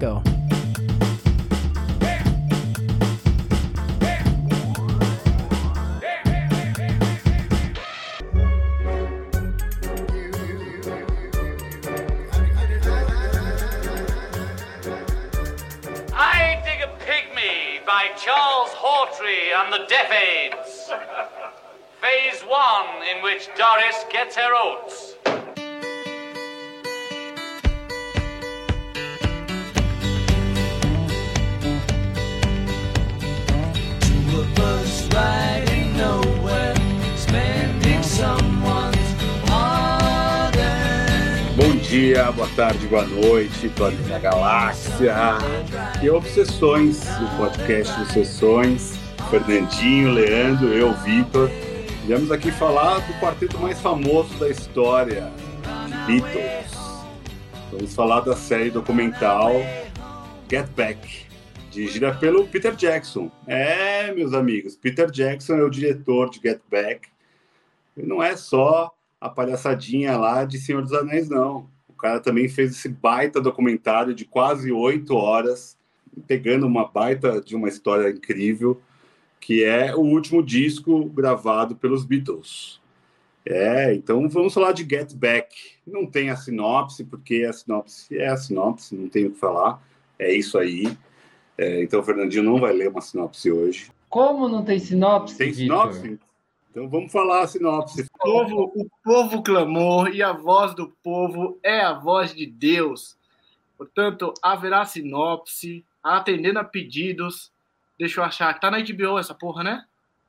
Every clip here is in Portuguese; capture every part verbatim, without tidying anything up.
Go. I Dig a Pygmy by Charles Hawtrey and the Deaf Aids. Phase one, in which Doris gets her oats. Two of us riding nowhere, spending someone's hard-earned. Bom dia, boa tarde, boa noite, planeta galáxia. E Obsessões, o podcast de Obsessões. Fernandinho, Leandro, eu, Vitor. Viemos aqui falar do quarteto mais famoso da história, de Beatles. Vamos falar da série documental Get Back, dirigida pelo Peter Jackson. É, meus amigos, Peter Jackson é o diretor de Get Back. E não é só a palhaçadinha lá de Senhor dos Anéis, não. O cara também fez esse baita documentário de quase oito horas, pegando uma baita de uma história incrível, que é o último disco gravado pelos Beatles. É, então vamos falar de Get Back. Não tem a sinopse, porque a sinopse é a sinopse, não tem o que falar. É isso aí. É, então o Fernandinho não vai ler uma sinopse hoje. Como não tem sinopse, Tem Vitor? sinopse? Então vamos falar a sinopse. O povo, o povo clamou e a voz do povo é a voz de Deus. Portanto, haverá sinopse, atendendo a pedidos. Deixa eu achar, que tá na H B O essa porra, né?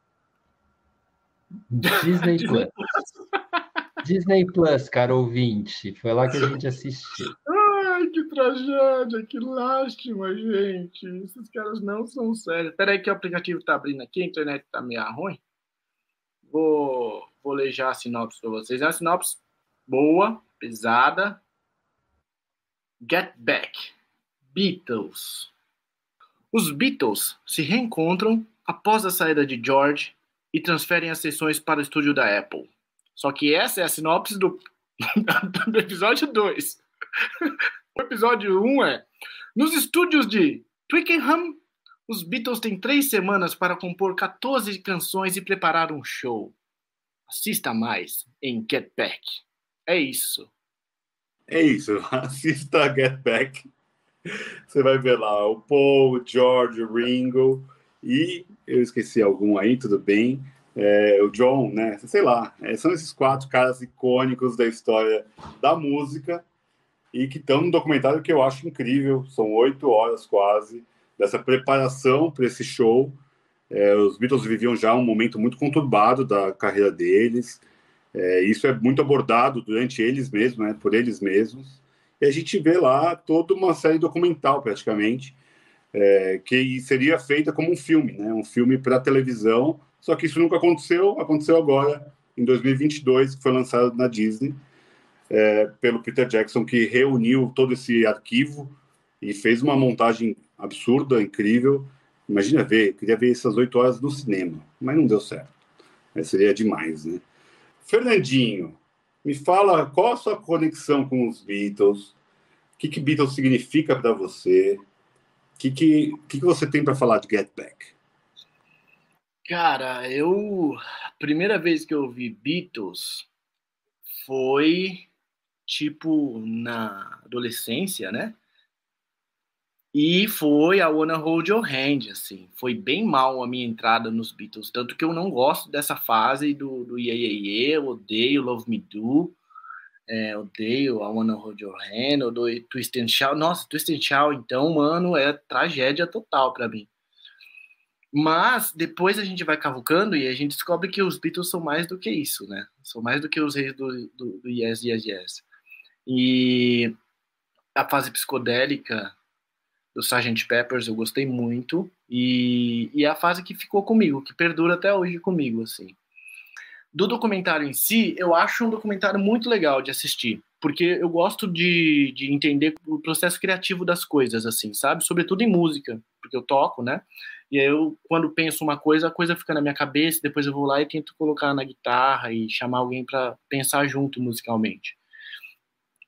Disney Plus. Disney Plus, cara ouvinte. Foi lá que a gente assistiu. Ai, que tragédia, que lástima, gente. Esses caras não são sérios. Peraí que o aplicativo tá abrindo aqui, a internet tá meio ruim. Vou, vou ler já a sinopse pra vocês. É uma sinopse boa, pesada. Get Back. Beatles. Os Beatles se reencontram após a saída de George e transferem as sessões para o estúdio da Apple. Só que essa é a sinopse do, do episódio dois. O episódio um é: nos estúdios de Twickenham, os Beatles têm três semanas para compor quatorze canções e preparar um show. Assista mais em Get Back. É isso. É isso, assista a Get Back. Você vai ver lá o Paul, o George, o Ringo e eu esqueci algum aí, tudo bem. É, o John, né? Sei lá. É, são esses quatro caras icônicos da história da música e que estão num documentário que eu acho incrível. São oito horas quase dessa preparação para esse show. É, os Beatles viviam já um momento muito conturbado da carreira deles. É, isso é muito abordado durante eles mesmos, né? Por eles mesmos. E a gente vê lá toda uma série documental, praticamente, é, que seria feita como um filme, né? Um filme para televisão, só que isso nunca aconteceu, aconteceu agora, em dois mil e vinte e dois, que foi lançado na Disney, é, pelo Peter Jackson, que reuniu todo esse arquivo e fez uma montagem absurda, incrível. Imagina ver, queria ver essas oito horas no cinema, mas não deu certo. Mas seria demais, né? Fernandinho, me fala qual a sua conexão com os Beatles, o que, que Beatles significa para você, o que, que, que, que você tem para falar de Get Back? Cara, eu... A primeira vez que eu vi Beatles foi, tipo, na adolescência, né? E foi a Wanna Hold Your Hand, assim. Foi bem mal a minha entrada nos Beatles. Tanto que eu não gosto dessa fase do, do Yeah, Yeah, Yeah. Eu odeio Love Me Do. É, odeio a Wanna Hold Your Hand. Eu odeio Twist and Shout. Nossa, Twist and Shout, então, mano, é tragédia total pra mim. Mas depois a gente vai cavucando e a gente descobre que os Beatles são mais do que isso, né? São mais do que os reis do, do, do Yes, Yes, Yes. E a fase psicodélica do sargento Pepper's eu gostei muito, e, e é a fase que ficou comigo, que perdura até hoje comigo, assim. Do documentário em si, eu acho um documentário muito legal de assistir, porque eu gosto de, de entender o processo criativo das coisas, assim, sabe? Sobretudo em música, porque eu toco, né? E aí eu, quando penso uma coisa, a coisa fica na minha cabeça, depois eu vou lá e tento colocar na guitarra e chamar alguém para pensar junto musicalmente.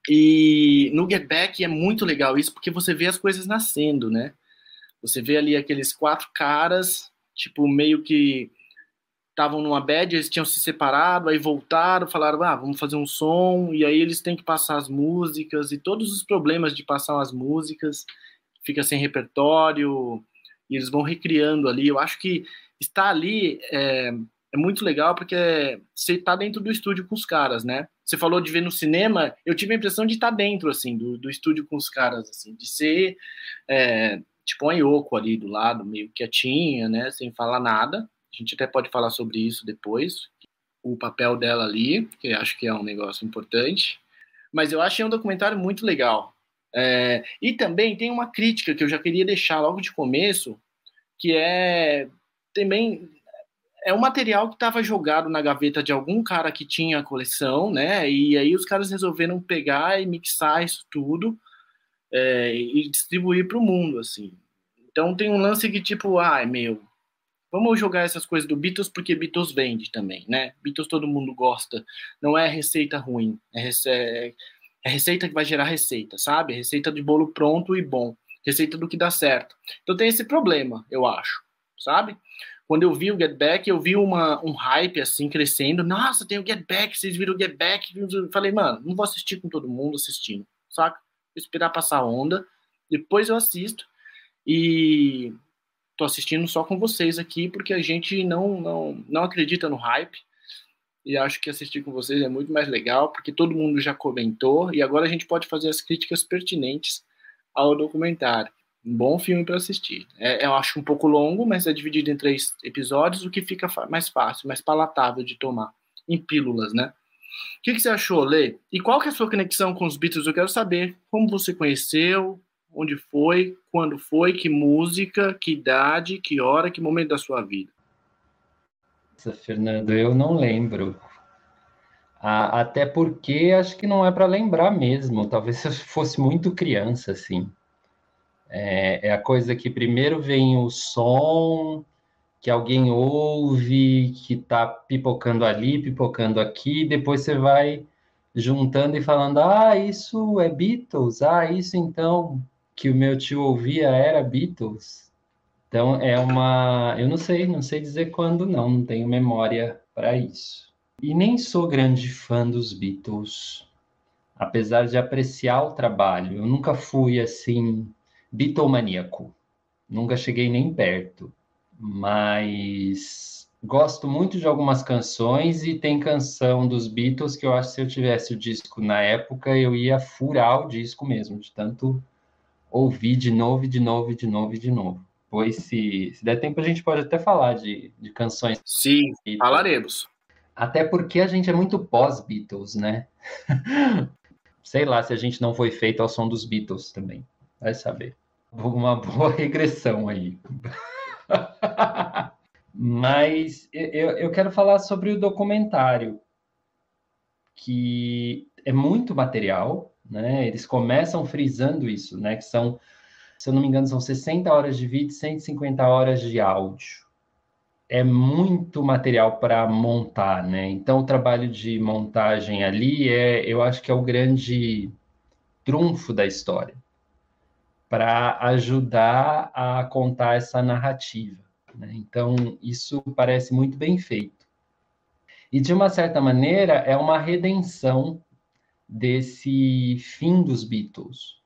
E no Get Back é muito legal isso, porque você vê as coisas nascendo, né? Você vê ali aqueles quatro caras, tipo, meio que estavam numa bad, eles tinham se separado, aí voltaram, falaram, ah, vamos fazer um som, e aí eles têm que passar as músicas, e todos os problemas de passar as músicas, fica sem repertório, e eles vão recriando ali. Eu acho que estar ali é, é muito legal, porque você está dentro do estúdio com os caras, né? Você falou de ver no cinema, eu tive a impressão de estar dentro, assim, do, do estúdio com os caras, assim, de ser, é, tipo, uma Yoko ali do lado, meio quietinha, né, sem falar nada. A gente até pode falar sobre isso depois, o papel dela ali, que eu acho que é um negócio importante. Mas eu achei um documentário muito legal. É, e também tem uma crítica que eu já queria deixar logo de começo, que é também é um material que estava jogado na gaveta de algum cara que tinha a coleção, né? E aí os caras resolveram pegar e mixar isso tudo é, e distribuir para o mundo, assim. Então tem um lance que tipo, ah, meu, vamos jogar essas coisas do Beatles porque Beatles vende também, né? Beatles todo mundo gosta. Não é receita ruim, é, rece... é receita que vai gerar receita, sabe? Receita de bolo pronto e bom. Receita do que dá certo. Então tem esse problema, eu acho, sabe? Quando eu vi o Get Back, eu vi uma, um hype, assim, crescendo. Nossa, tem o Get Back, vocês viram o Get Back. Eu falei, mano, não vou assistir com todo mundo assistindo, saca? Vou esperar passar a onda, depois eu assisto. E tô assistindo só com vocês aqui, porque a gente não, não, não acredita no hype. E acho que assistir com vocês é muito mais legal, porque todo mundo já comentou. E agora a gente pode fazer as críticas pertinentes ao documentário. Um bom filme para assistir. É, eu acho um pouco longo, mas é dividido em três episódios, o que fica mais fácil, mais palatável de tomar, em pílulas, né? O que, que você achou, Lê? E qual que é a sua conexão com os Beatles? Eu quero saber como você conheceu, onde foi, quando foi, que música, que idade, que hora, que momento da sua vida. Nossa, Fernando, eu não lembro. Ah, até porque acho que não é para lembrar mesmo. Talvez se eu fosse muito criança, assim. É, é a coisa que primeiro vem o som, que alguém ouve, que tá pipocando ali, pipocando aqui, depois você vai juntando e falando, ah, isso é Beatles, ah, isso então que o meu tio ouvia era Beatles. Então é uma, eu não sei, não sei dizer quando não, não tenho memória para isso. E nem sou grande fã dos Beatles, apesar de apreciar o trabalho. Eu nunca fui assim bitomaníaco, nunca cheguei nem perto, mas gosto muito de algumas canções e tem canção dos Beatles que eu acho que se eu tivesse o disco na época eu ia furar o disco mesmo, de tanto ouvir de novo, de novo, de novo, de novo. Pois se, se der tempo a gente pode até falar de, de canções. Sim, falaremos. Até porque a gente é muito pós-Beatles, né? Sei lá se a gente não foi feito ao som dos Beatles também, vai saber. Uma boa regressão aí. Mas eu, eu quero falar sobre o documentário, que é muito material, né? Eles começam frisando isso, né? Que são, se eu não me engano, são sessenta horas de vídeo, cento e cinquenta horas de áudio. É muito material para montar, né? Então o trabalho de montagem ali é, eu acho que é o grande trunfo da história, para ajudar a contar essa narrativa, né? Então, isso parece muito bem feito. E, de uma certa maneira, é uma redenção desse fim dos Beatles,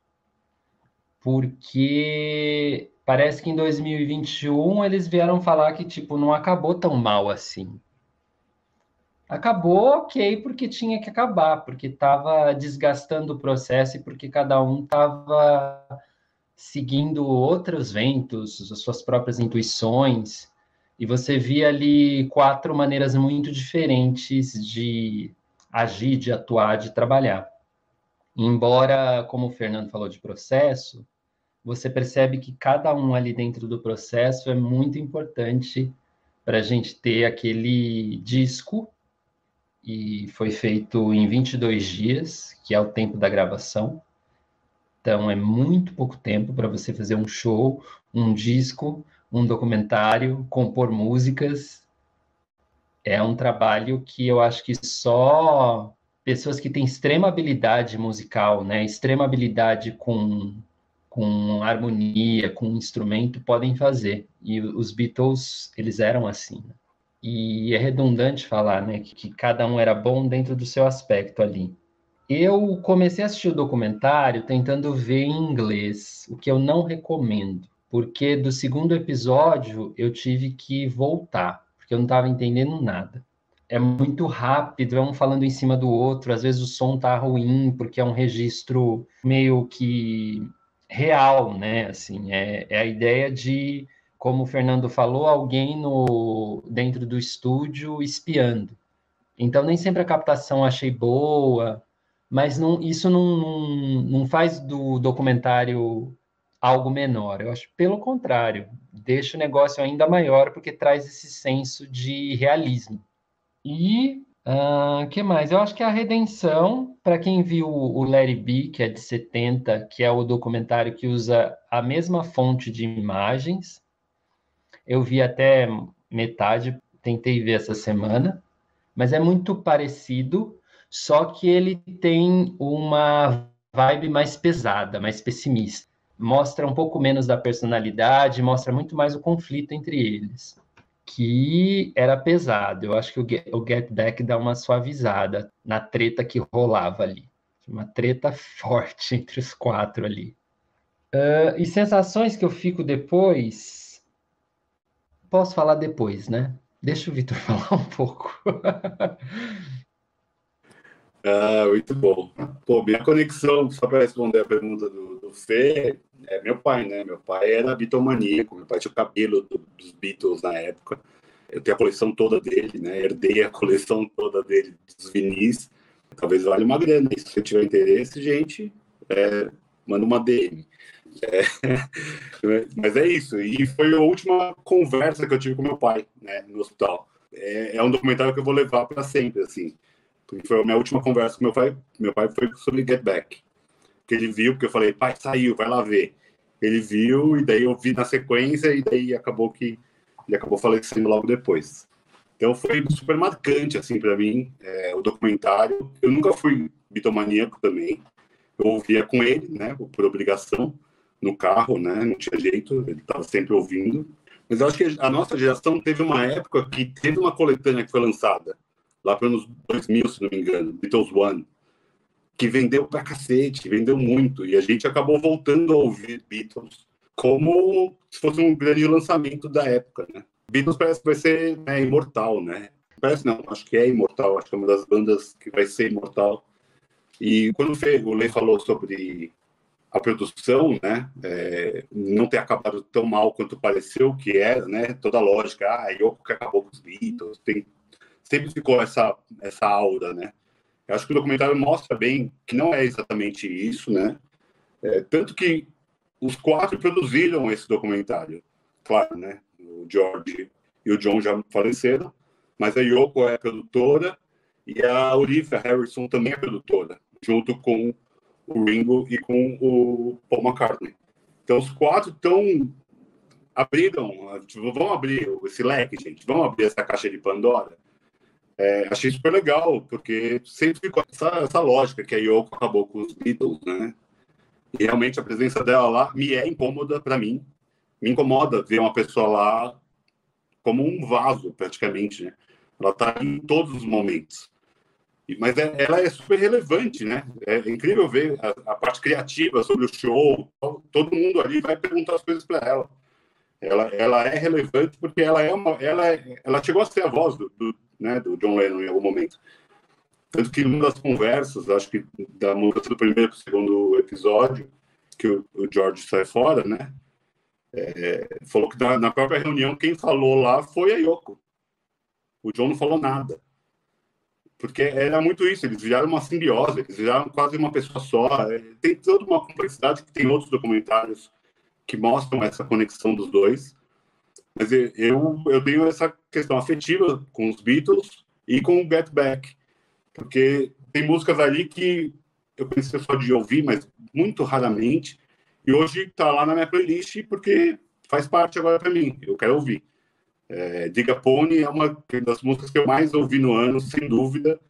porque parece que em dois mil e vinte e um eles vieram falar que, tipo, não acabou tão mal assim. Acabou, ok, porque tinha que acabar, porque estava desgastando o processo e porque cada um estava seguindo outros ventos, as suas próprias intuições, e você via ali quatro maneiras muito diferentes de agir, de atuar, de trabalhar. Embora, como o Fernando falou de processo, você percebe que cada um ali dentro do processo é muito importante para a gente ter aquele disco, e foi feito em vinte e dois dias, que é o tempo da gravação. Então, é muito pouco tempo para você fazer um show, um disco, um documentário, compor músicas. É um trabalho que eu acho que só pessoas que têm extrema habilidade musical, né? Extrema habilidade com, com harmonia, com instrumento, podem fazer. E os Beatles, eles eram assim, né? E é redundante falar, né, que, que cada um era bom dentro do seu aspecto ali. Eu comecei a assistir o documentário tentando ver em inglês, o que eu não recomendo, porque do segundo episódio eu tive que voltar, porque eu não estava entendendo nada. É muito rápido, é um falando em cima do outro, às vezes o som tá ruim, porque é um registro meio que real, né? Assim, é, é a ideia de, como o Fernando falou, alguém no, dentro do estúdio espiando. Então, nem sempre a captação achei boa, mas não, isso não, não, não faz do documentário algo menor. Eu acho pelo contrário, deixa o negócio ainda maior, porque traz esse senso de realismo. E o uh, que mais? Eu acho que a Redenção, para quem viu o Let It Be, que é de setenta, que é o documentário que usa a mesma fonte de imagens, eu vi até metade, tentei ver essa semana, mas é muito parecido, só que ele tem uma vibe mais pesada, mais pessimista. Mostra um pouco menos da personalidade, mostra muito mais o conflito entre eles, que era pesado. Eu acho que o Get, o Get Back dá uma suavizada na treta que rolava ali. Uma treta forte entre os quatro ali. Uh, e sensações que eu fico depois... Posso falar depois, né? Deixa o Vitor falar um pouco. Ah, muito bom. Pô, minha conexão, só para responder a pergunta do, do Fê, é meu pai, né? Meu pai era bitomaníaco, meu pai tinha o cabelo do, dos Beatles na época. Eu tenho a coleção toda dele, né? Herdei a coleção toda dele, dos vinis. Talvez valha uma grana. Se você tiver interesse, gente, é, manda uma D M. É, mas é isso. E foi a última conversa que eu tive com meu pai, né, no hospital. É, é um documentário que eu vou levar para sempre, assim. Porque foi a minha última conversa com meu pai. Meu pai foi sobre Get Back. Que ele viu, porque eu falei, pai, saiu, vai lá ver. Ele viu, e daí eu vi na sequência, e daí acabou que ele acabou falecendo logo depois. Então foi super marcante, assim, para mim, é, o documentário. Eu nunca fui bitomaníaco também. Eu ouvia com ele, né, por obrigação, no carro, né, não tinha jeito, ele estava sempre ouvindo. Mas eu acho que a nossa geração teve uma época que teve uma coletânea que foi lançada, lá pelos dois mil, se não me engano, Beatles One, que vendeu pra cacete, vendeu muito, e a gente acabou voltando a ouvir Beatles como se fosse um grande lançamento da época, né? Beatles parece que vai ser, né, imortal, né? Parece não, acho que é imortal, acho que é uma das bandas que vai ser imortal. E quando o Lê falou sobre a produção, né, é, não ter acabado tão mal quanto pareceu que era, né, toda a lógica, ah, Yoko que acabou com os Beatles, tem, sempre ficou essa, essa aura, né. Eu acho que o documentário mostra bem que não é exatamente isso, né, é, tanto que os quatro produziram esse documentário, claro, né, o George e o John já faleceram, mas a Yoko é a produtora e a Olivia Harrison também é produtora, junto com o Ringo e com o Paul McCartney. Então, os quatro estão... abriram... Tipo, vamos abrir esse leque, gente. Vamos abrir essa caixa de Pandora. É, achei super legal, porque sempre ficou essa, essa lógica que a Yoko acabou com os Beatles, né? E realmente a presença dela lá me é incômoda para mim. Me incomoda ver uma pessoa lá como um vaso, praticamente, né? Ela está em todos os momentos. Mas é, ela é super relevante, né? É incrível ver a, a parte criativa sobre o show. Todo mundo ali vai perguntar as coisas para ela. ela. Ela é relevante porque ela é uma, ela, é, ela chegou a ser a voz do, do, né, do John Lennon em algum momento. Tanto que numa das conversas, acho que da mudança do primeiro para o segundo episódio, que o, o George sai fora, né? É, falou que na, na própria reunião quem falou lá foi a Yoko. O John não falou nada. Porque era muito isso, eles viraram uma simbiose, eles viraram quase uma pessoa só. Tem toda uma complexidade que tem outros documentários que mostram essa conexão dos dois. Mas eu, eu tenho essa questão afetiva com os Beatles e com o Get Back. Porque tem músicas ali que eu conhecia só de ouvir, mas muito raramente. E hoje está lá na minha playlist porque faz parte agora para mim, eu quero ouvir. É, Diga Pony é uma das músicas que eu mais ouvi no ano, sem dúvida,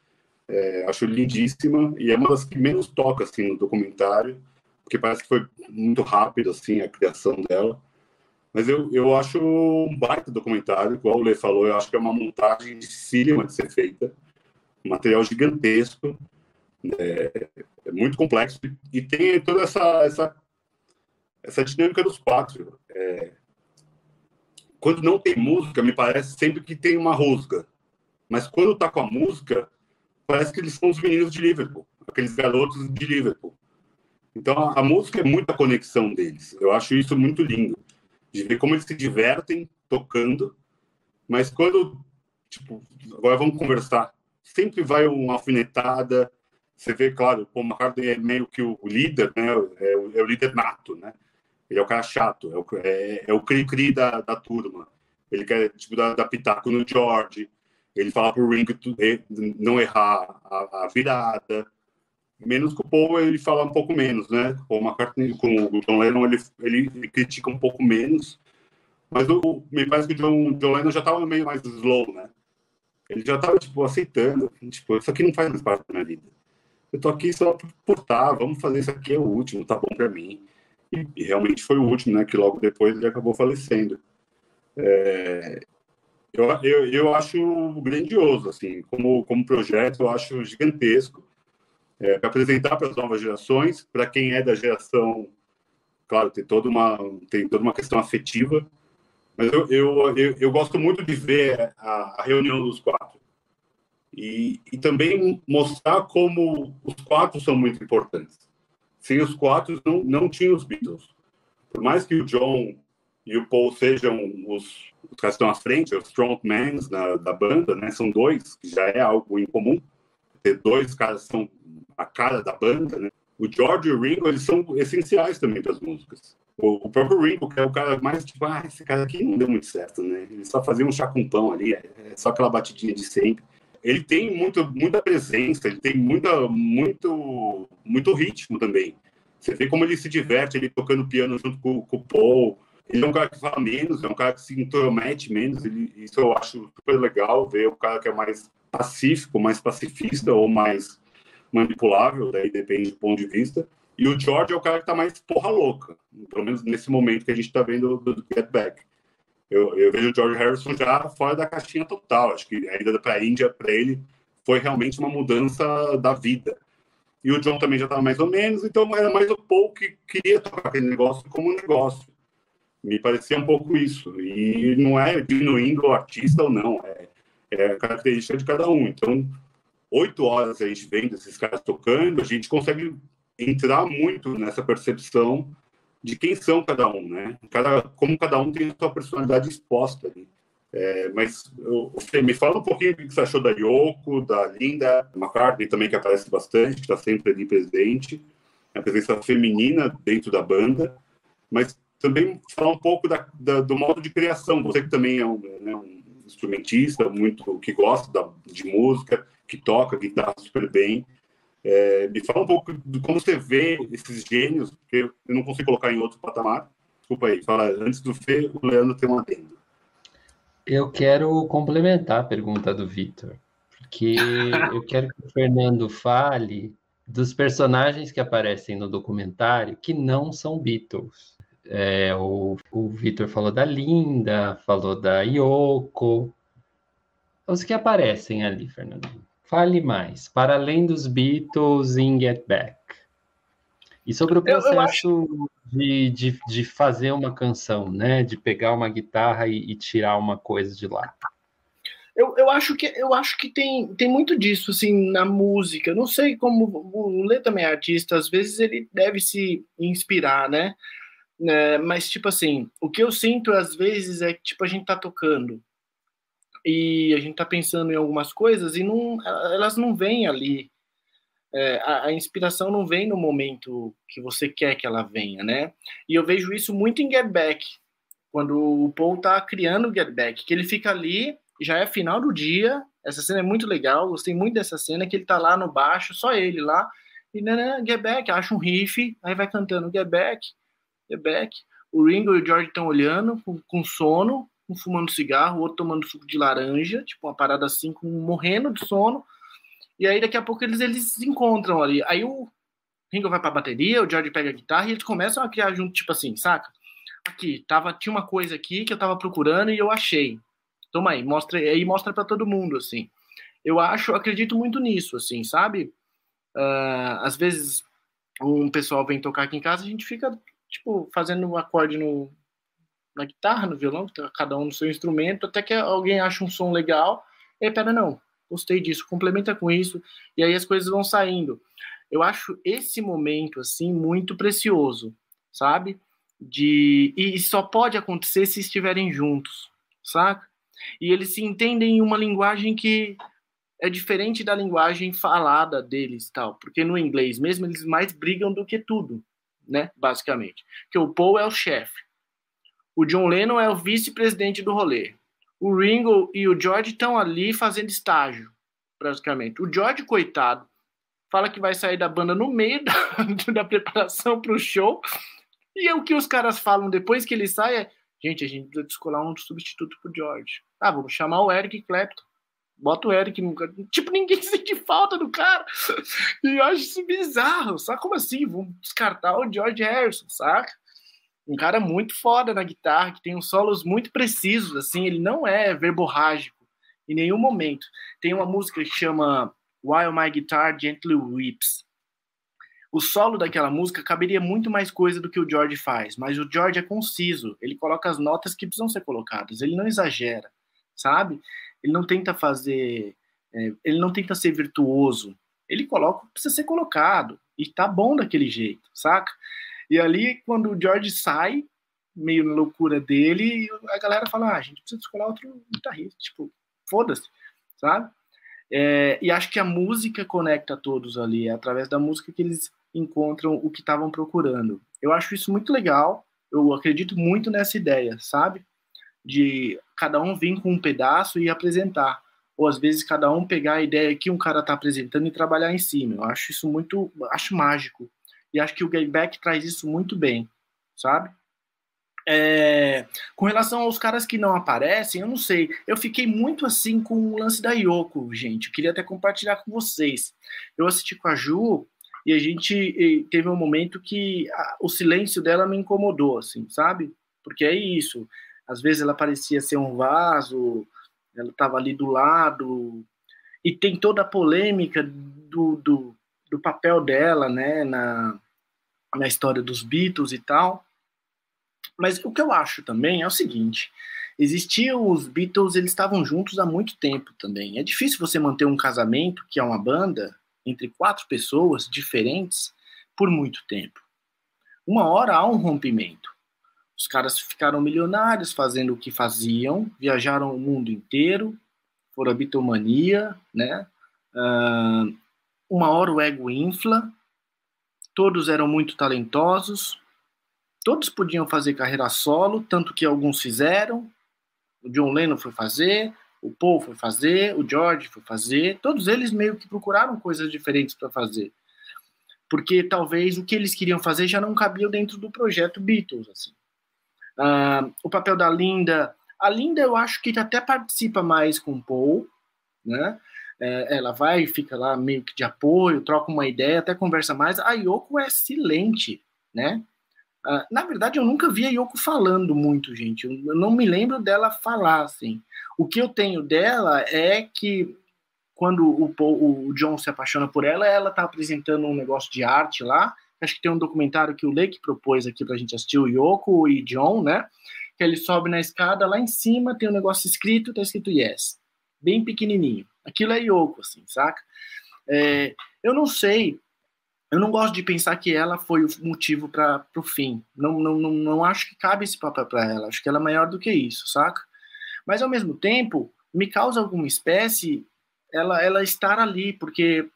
É, acho lindíssima e é uma das que menos toca assim, no documentário, porque parece que foi muito rápido assim, a criação dela. Mas eu, eu acho um baita documentário, igual o Lê falou, eu acho que é uma montagem dificílima de ser feita, um material gigantesco, é, é muito complexo, e tem toda essa, essa, essa dinâmica dos quatro. É, quando não tem música, me parece sempre que tem uma rusga, mas quando tá com a música, parece que eles são os meninos de Liverpool, aqueles garotos de Liverpool. Então, a, a música é muita conexão deles. Eu acho isso muito lindo, de ver como eles se divertem tocando, mas quando, tipo, agora vamos conversar, sempre vai uma alfinetada. Você vê, claro, o Paul McCartney é meio que o líder, né? É o, é o líder nato, né? Ele é o cara chato, é o, é, é o cri-cri da, da turma. Ele quer, tipo, dar, dar pitaco no George, ele fala pro Ringo não errar a, a virada. Menos que o Paul, ele fala um pouco menos, né? O Paul McCartney, com o John Lennon, ele, ele, ele critica um pouco menos. Mas o, me parece que o John, John Lennon já estava meio mais slow, né? Ele já estava, tipo, aceitando. Tipo, isso aqui não faz mais parte da minha vida. Eu tô aqui só por tá, vamos fazer isso aqui, é o último, tá bom para mim. E, e realmente foi o último, né? Que logo depois ele acabou falecendo. É, eu, eu, eu acho grandioso, assim, como, como projeto, eu acho gigantesco. É, para apresentar para as novas gerações, para quem é da geração, claro, tem toda uma, tem toda uma questão afetiva, mas eu, eu, eu, eu gosto muito de ver a, a reunião dos quatro. E, e também mostrar como os quatro são muito importantes. Sem os quatro, não, não tinha os Beatles. Por mais que o John e o Paul sejam os, os caras que estão à frente, os frontmans da, da banda, né? São dois, que já é algo incomum. Ter dois caras que são a cara da banda, né? O George e o Ringo, eles são essenciais também para as músicas. O, o próprio Ringo, que é o cara mais tipo, ah, esse cara aqui não deu muito certo, né? Ele só fazia um chá com pão ali, é, é só aquela batidinha de sempre. Ele tem muito, muita presença, ele tem muita, muito, muito ritmo também. Você vê como ele se diverte, ele tocando piano junto com, com o Paul. Ele é um cara que fala menos, é um cara que se intromete menos. Ele, isso eu acho super legal, ver o cara que é mais pacífico, mais pacifista ou mais manipulável, daí depende do ponto de vista. E o George é o cara que tá mais porra louca, pelo menos nesse momento que a gente tá vendo do Get Back. Eu, eu vejo o George Harrison já fora da caixinha total. Acho que a ida para a Índia, para ele, foi realmente uma mudança da vida. E o John também já estava mais ou menos, então era mais o Paul que queria tocar aquele negócio como um negócio. Me parecia um pouco isso. E não é diminuindo o artista ou não, é, é a característica de cada um. Então, oito horas a gente vendo esses caras tocando, a gente consegue entrar muito nessa percepção de quem são cada um, né? Cada, como cada um tem a sua personalidade exposta ali. É, mas você me fala um pouquinho o que você achou da Yoko, da Linda McCartney também, que aparece bastante, que está sempre ali presente, a presença feminina dentro da banda, mas também falar um pouco da, da, do modo de criação. Você que também é um, né, um instrumentista, muito que gosta da, de música, que toca guitarra super bem. É, me fala um pouco de como você vê esses gênios, porque eu não consigo colocar em outro patamar. Desculpa aí, fala antes do Fê, o Leandro tem um adendo. Eu quero complementar a pergunta do Vitor, porque eu quero que o Fernando fale dos personagens que aparecem no documentário que não são Beatles. É, o o Vitor falou da Linda, falou da Yoko. Os que aparecem ali, Fernando. Fale mais, para além dos Beatles em Get Back. E sobre o processo eu, eu de, de, de fazer uma canção, né? De pegar uma guitarra e, e tirar uma coisa de lá. Eu, eu acho que, eu acho que tem, tem muito disso, assim, na música. Eu não sei como... O Lê também é artista, às vezes ele deve se inspirar, né? É, mas, tipo assim, o que eu sinto, às vezes, é que, tipo, a gente tá tocando e a gente tá pensando em algumas coisas e não, elas não vêm ali. É, a, a inspiração não vem no momento que você quer que ela venha, né? E eu vejo isso muito em Get Back, quando o Paul tá criando o Get Back, que ele fica ali, já é final do dia, essa cena é muito legal, gostei muito dessa cena, que ele tá lá no baixo, só ele lá, e né, Get Back, acha um riff, aí vai cantando Get Back, Get Back, o Ringo e o George estão olhando, com, com sono, um fumando cigarro, o outro tomando suco de laranja, tipo uma parada assim, com, morrendo de sono, E aí, daqui a pouco, eles, eles se encontram ali. Aí o Ringo vai pra bateria, o George pega a guitarra e eles começam a criar junto, tipo assim, saca? Aqui, tava, tinha uma coisa aqui que eu tava procurando e eu achei. Toma aí, mostra aí, mostra pra todo mundo, assim. Eu acho, acredito muito nisso, assim, sabe? Uh, às vezes, um pessoal vem tocar aqui em casa, a gente fica, tipo, fazendo um acorde no, na guitarra, no violão, cada um no seu instrumento, até que alguém acha um som legal, e aí, pera, não, gostei disso, complementa com isso, e aí as coisas vão saindo. Eu acho esse momento, assim, muito precioso, sabe? De... E só pode acontecer se estiverem juntos, saca? E eles se entendem em uma linguagem que é diferente da linguagem falada deles, tal, porque no inglês mesmo eles mais brigam do que tudo, né, basicamente. Porque o Paul é o chefe, o John Lennon é o vice-presidente do rolê, o Ringo e o George estão ali fazendo estágio, praticamente. O George, coitado, fala que vai sair da banda no meio da, da preparação para o show, e é o que os caras falam depois que ele sai é: gente, a gente precisa descolar um substituto pro George. Ah, vamos chamar o Eric Clapton. Bota o Eric nunca. Tipo, ninguém sente falta do cara. E eu acho isso bizarro. Sabe como assim? Vamos descartar o George Harrison, saca? Um cara muito foda na guitarra, que tem uns solos muito precisos, assim. Ele não é verborrágico em nenhum momento. Tem uma música que chama While My Guitar Gently Weeps. O solo daquela música caberia muito mais coisa do que o George faz, mas o George é conciso. Ele coloca as notas que precisam ser colocadas. Ele não exagera, sabe? Ele não tenta fazer, é, ele não tenta ser virtuoso. Ele coloca o que precisa ser colocado. E tá bom daquele jeito, saca? E ali, quando o George sai, meio na loucura dele, a galera fala: ah, a gente precisa escolher outro guitarrista. Tipo, foda-se, sabe? É, e acho que a música conecta todos ali. É através da música que eles encontram o que estavam procurando. Eu acho isso muito legal. Eu acredito muito nessa ideia, sabe? De cada um vir com um pedaço e apresentar, ou às vezes cada um pegar a ideia que um cara está apresentando e trabalhar em cima. Eu acho isso muito, acho mágico, e acho que o Get Back traz isso muito bem, sabe? É, com relação aos caras que não aparecem, eu não sei, eu fiquei muito assim com o lance da Yoko, gente, eu queria até compartilhar com vocês. Eu assisti com a Ju e a gente teve um momento que a, o silêncio dela me incomodou, assim, sabe? Porque é isso. Às vezes ela parecia ser um vaso, ela estava ali do lado, e tem toda a polêmica do, do, do papel dela, né, na, na história dos Beatles e tal. Mas o que eu acho também é o seguinte: existiam os Beatles, eles estavam juntos há muito tempo também. É difícil você manter um casamento, que é uma banda, entre quatro pessoas diferentes, por muito tempo. Uma hora há um rompimento. Os caras ficaram milionários fazendo o que faziam, viajaram o mundo inteiro, foram a bitomania, né? Uh, uma hora o ego infla, todos eram muito talentosos, todos podiam fazer carreira solo, tanto que alguns fizeram. O John Lennon foi fazer, o Paul foi fazer, o George foi fazer, todos eles meio que procuraram coisas diferentes para fazer, porque talvez o que eles queriam fazer já não cabia dentro do projeto Beatles, assim. Uh, o papel da Linda, a Linda eu acho que até participa mais com o Paul, né? É, ela vai e fica lá meio que de apoio, troca uma ideia, até conversa mais. A Yoko é silente, né? Uh, na verdade, eu nunca vi a Yoko falando muito, gente. Eu, eu não me lembro dela falar, assim. O que eu tenho dela é que quando o, Paul, o John se apaixona por ela, ela tá apresentando um negócio de arte lá. Acho que tem um documentário que o Lake propôs aqui pra gente assistir, o Yoko e John, né? Que ele sobe na escada, lá em cima tem um negócio escrito, tá escrito Yes. Bem pequenininho. Aquilo é Yoko, assim, saca? É, eu não sei, eu não gosto de pensar que ela foi o motivo para o fim. Não, não, não, não acho que cabe esse papel para ela. Acho que ela é maior do que isso, saca? Mas, ao mesmo tempo, me causa alguma espécie ela, ela estar ali, porque,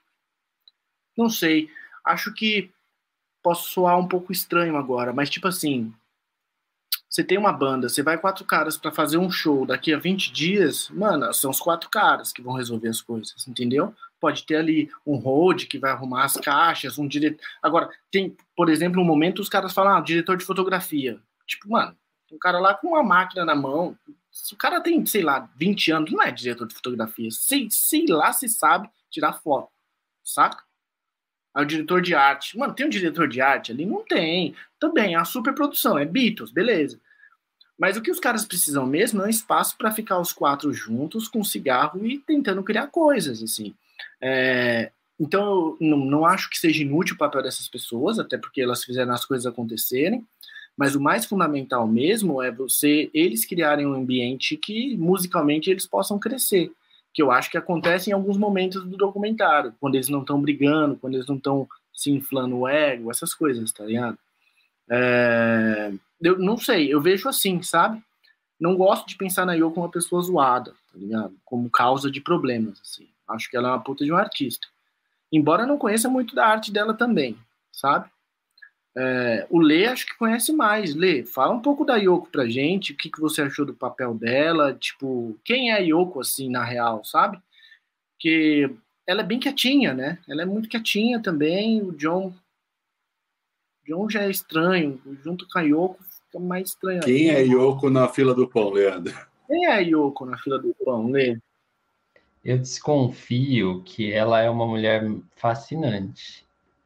não sei, acho que posso soar um pouco estranho agora, mas tipo assim, você tem uma banda, você vai quatro caras pra fazer um show daqui a vinte dias, mano, são os quatro caras que vão resolver as coisas, entendeu? Pode ter ali um hold que vai arrumar as caixas, um diretor... Agora, tem, por exemplo, um momento os caras falam, ah, diretor de fotografia. Tipo, mano, um cara lá com uma máquina na mão, se o cara tem, sei lá, vinte anos, não é diretor de fotografia, sei, sei lá se sabe tirar foto, saca? Aí o diretor de arte, mano, tem um diretor de arte ali? Não tem. Também, é a superprodução, é Beatles, beleza. Mas o que os caras precisam mesmo é um espaço para ficar os quatro juntos com cigarro e tentando criar coisas, assim. É, então, eu não, não acho que seja inútil o papel dessas pessoas, até porque elas fizeram as coisas acontecerem, mas o mais fundamental mesmo é você, eles criarem um ambiente que, musicalmente, eles possam crescer, que eu acho que acontece em alguns momentos do documentário, quando eles não estão brigando, quando eles não estão se inflando o ego, essas coisas, tá ligado? É... Eu não sei, eu vejo assim, sabe? Não gosto de pensar na Yoko como uma pessoa zoada, tá ligado? Como causa de problemas, assim. Acho que ela é uma puta de um artista. Embora eu não conheça muito da arte dela também, sabe? É, o Lê acho que conhece mais. Lê, fala um pouco da Yoko pra gente, o que, que você achou do papel dela, tipo, quem é a Yoko, assim, na real, sabe? Porque ela é bem quietinha, né? Ela é muito quietinha também, o John... John já é estranho, junto com a Yoko fica mais estranho. Quem é Yoko na fila do pão, Leandro? Quem é a Yoko na fila do pão, Lê? Eu desconfio que ela é uma mulher fascinante,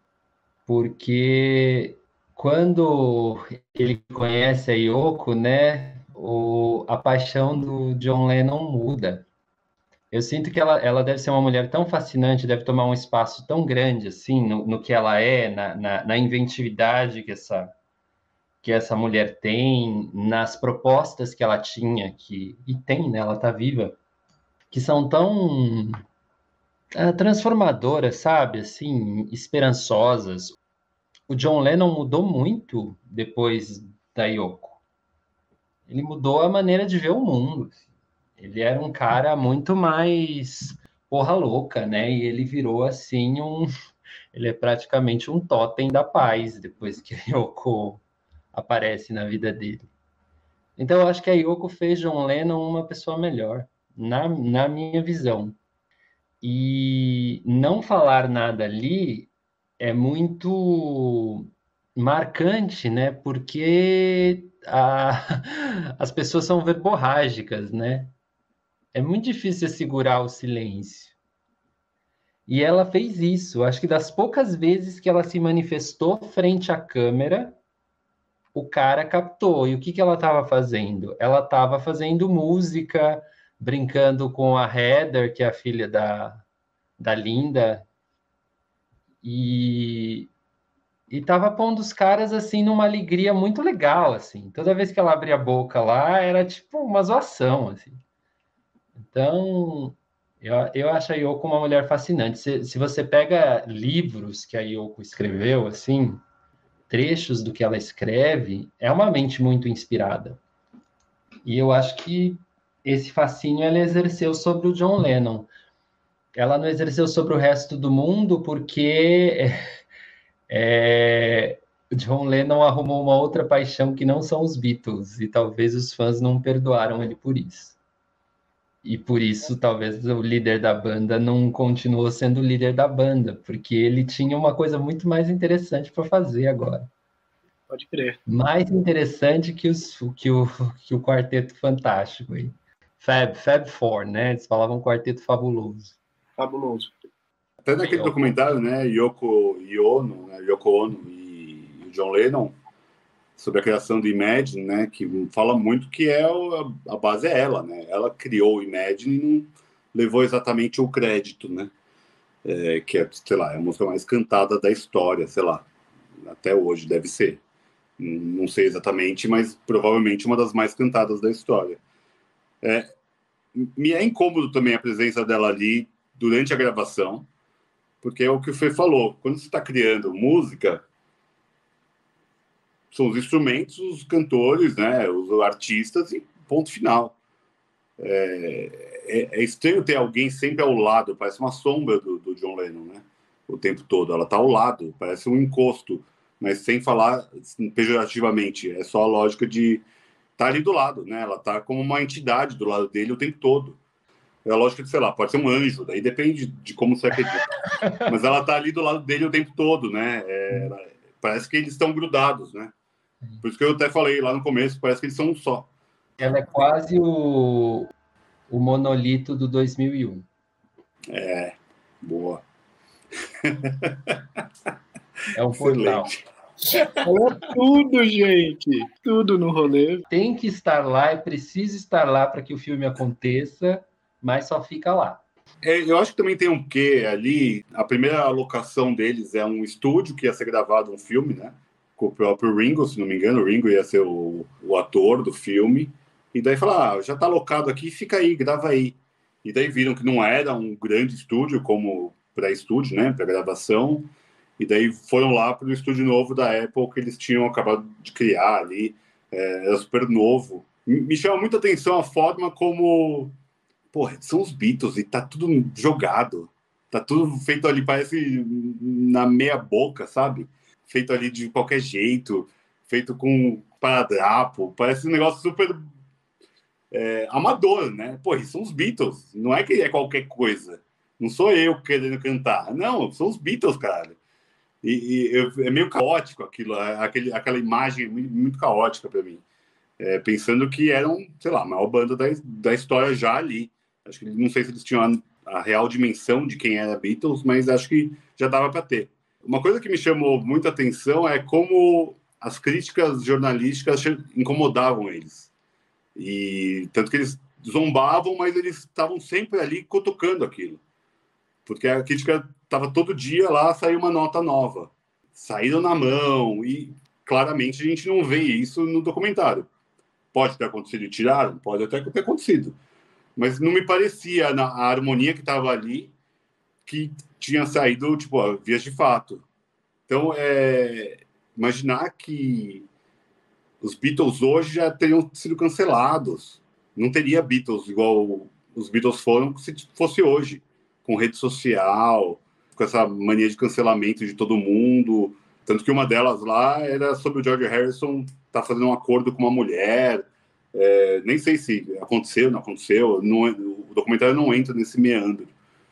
porque quando ele conhece a Yoko, né, o, a paixão do John Lennon muda. Eu sinto que ela, ela deve ser uma mulher tão fascinante, deve tomar um espaço tão grande, assim, no, no que ela é, na, na, na inventividade que essa, que essa mulher tem, nas propostas que ela tinha, que, e tem, né, ela está viva, que são tão uh, transformadoras, sabe, assim, esperançosas. O John Lennon mudou muito depois da Yoko. Ele mudou a maneira de ver o mundo. Ele era um cara muito mais porra louca, né? E ele virou assim um. Ele é praticamente um totem da paz depois que a Yoko aparece na vida dele. Então eu acho que a Yoko fez John Lennon uma pessoa melhor, na, na minha visão. E não falar nada ali é muito marcante, né? Porque a... as pessoas são verborrágicas, né? É muito difícil segurar o silêncio. E ela fez isso. Acho que das poucas vezes que ela se manifestou frente à câmera, o cara captou. E o que, que ela estava fazendo? Ela estava fazendo música, brincando com a Heather, que é a filha da, da Linda, e e tava pondo os caras assim numa alegria muito legal, assim. Toda vez que ela abria a boca lá, era tipo uma zoação, assim. Então, eu, eu acho a Yoko uma mulher fascinante. Se, se você pega livros que a Yoko escreveu, assim, trechos do que ela escreve, é uma mente muito inspirada. E eu acho que esse fascínio ela exerceu sobre o John Lennon. Ela não exerceu sobre o resto do mundo porque é, John Lennon arrumou uma outra paixão que não são os Beatles, e talvez os fãs não perdoaram ele por isso. E por isso, talvez o líder da banda não continuou sendo o líder da banda, porque ele tinha uma coisa muito mais interessante para fazer agora. Pode crer. Mais interessante que, os, que, o, que o Quarteto Fantástico aí. Fab, Fab Four, né? Eles falavam Quarteto Fabuloso. Fabuloso. Até naquele Yoko. documentário, né? Yoko e Ono, né, Yoko Ono e o John Lennon, sobre a criação do Imagine, né? Que fala muito que é o, a base é ela, né? Ela criou o Imagine e não levou exatamente o crédito, né? É, que é, sei lá, é a música mais cantada da história, sei lá. Até hoje deve ser. Não sei exatamente, mas provavelmente uma das mais cantadas da história. É, me é incômodo também a presença dela ali durante a gravação, porque é o que o Fê falou. Quando você está criando música, são os instrumentos, os cantores, né, os artistas e ponto final. É, é, é estranho ter alguém sempre ao lado, parece uma sombra do, do John Lennon, né? O tempo todo. Ela está ao lado, parece um encosto, mas sem falar pejorativamente. É só a lógica de estar tá ali do lado, né? Ela está como uma entidade do lado dele o tempo todo. É a lógica de, sei lá, pode ser um anjo, daí depende de como você acredita. Mas ela está ali do lado dele o tempo todo, né? É, ela, parece que eles estão grudados, né? Por isso que eu até falei lá no começo, parece que eles são um só. Ela é quase o, o monolito do dois mil e um. É, boa. É um portal. Olha tudo, gente. Tudo no rolê. Tem que estar lá, é preciso estar lá para que o filme aconteça, mas só fica lá. É, eu acho que também tem um quê ali. A primeira alocação deles é um estúdio que ia ser gravado um filme, né? Com o próprio Ringo, se não me engano. O Ringo ia ser o, o ator do filme. E daí falaram, ah, já tá alocado aqui, fica aí, grava aí. E daí viram que não era um grande estúdio como pré-estúdio, né? Para gravação. E daí foram lá para o estúdio novo da Apple que eles tinham acabado de criar ali. É, era super novo. Me chama muita atenção a forma como... Porra, são os Beatles e tá tudo jogado. Tá tudo feito ali, parece na meia boca, sabe? Feito ali de qualquer jeito. Feito com paradrapo. Parece um negócio super é, amador, né? Porra, são os Beatles. Não é que é qualquer coisa. Não sou eu querendo cantar. Não, são os Beatles, cara. E, e eu, é meio caótico aquilo. Aquele, aquela imagem muito, muito caótica para mim. É, pensando que eram, sei lá, a maior banda da, da história já ali. Acho que não sei se eles tinham a, a real dimensão de quem era Beatles, mas acho que já dava para ter. Uma coisa que me chamou muita atenção é como as críticas jornalísticas incomodavam eles. E tanto que eles zombavam, mas eles estavam sempre ali cutucando aquilo. Porque a crítica estava todo dia lá, saiu uma nota nova. Saíram na mão e claramente a gente não vê isso no documentário. Pode ter acontecido e tiraram? Pode até ter acontecido. Mas não me parecia, na a harmonia que estava ali, que tinha saído, tipo, ó, vias de fato. Então, é, imaginar que os Beatles hoje já teriam sido cancelados. Não teria Beatles igual os Beatles foram se fosse hoje, com rede social, com essa mania de cancelamento de todo mundo. Tanto que uma delas lá era sobre o George Harrison estar tá fazendo um acordo com uma mulher. É, nem sei se aconteceu, não aconteceu, não, o documentário não entra nesse meandro,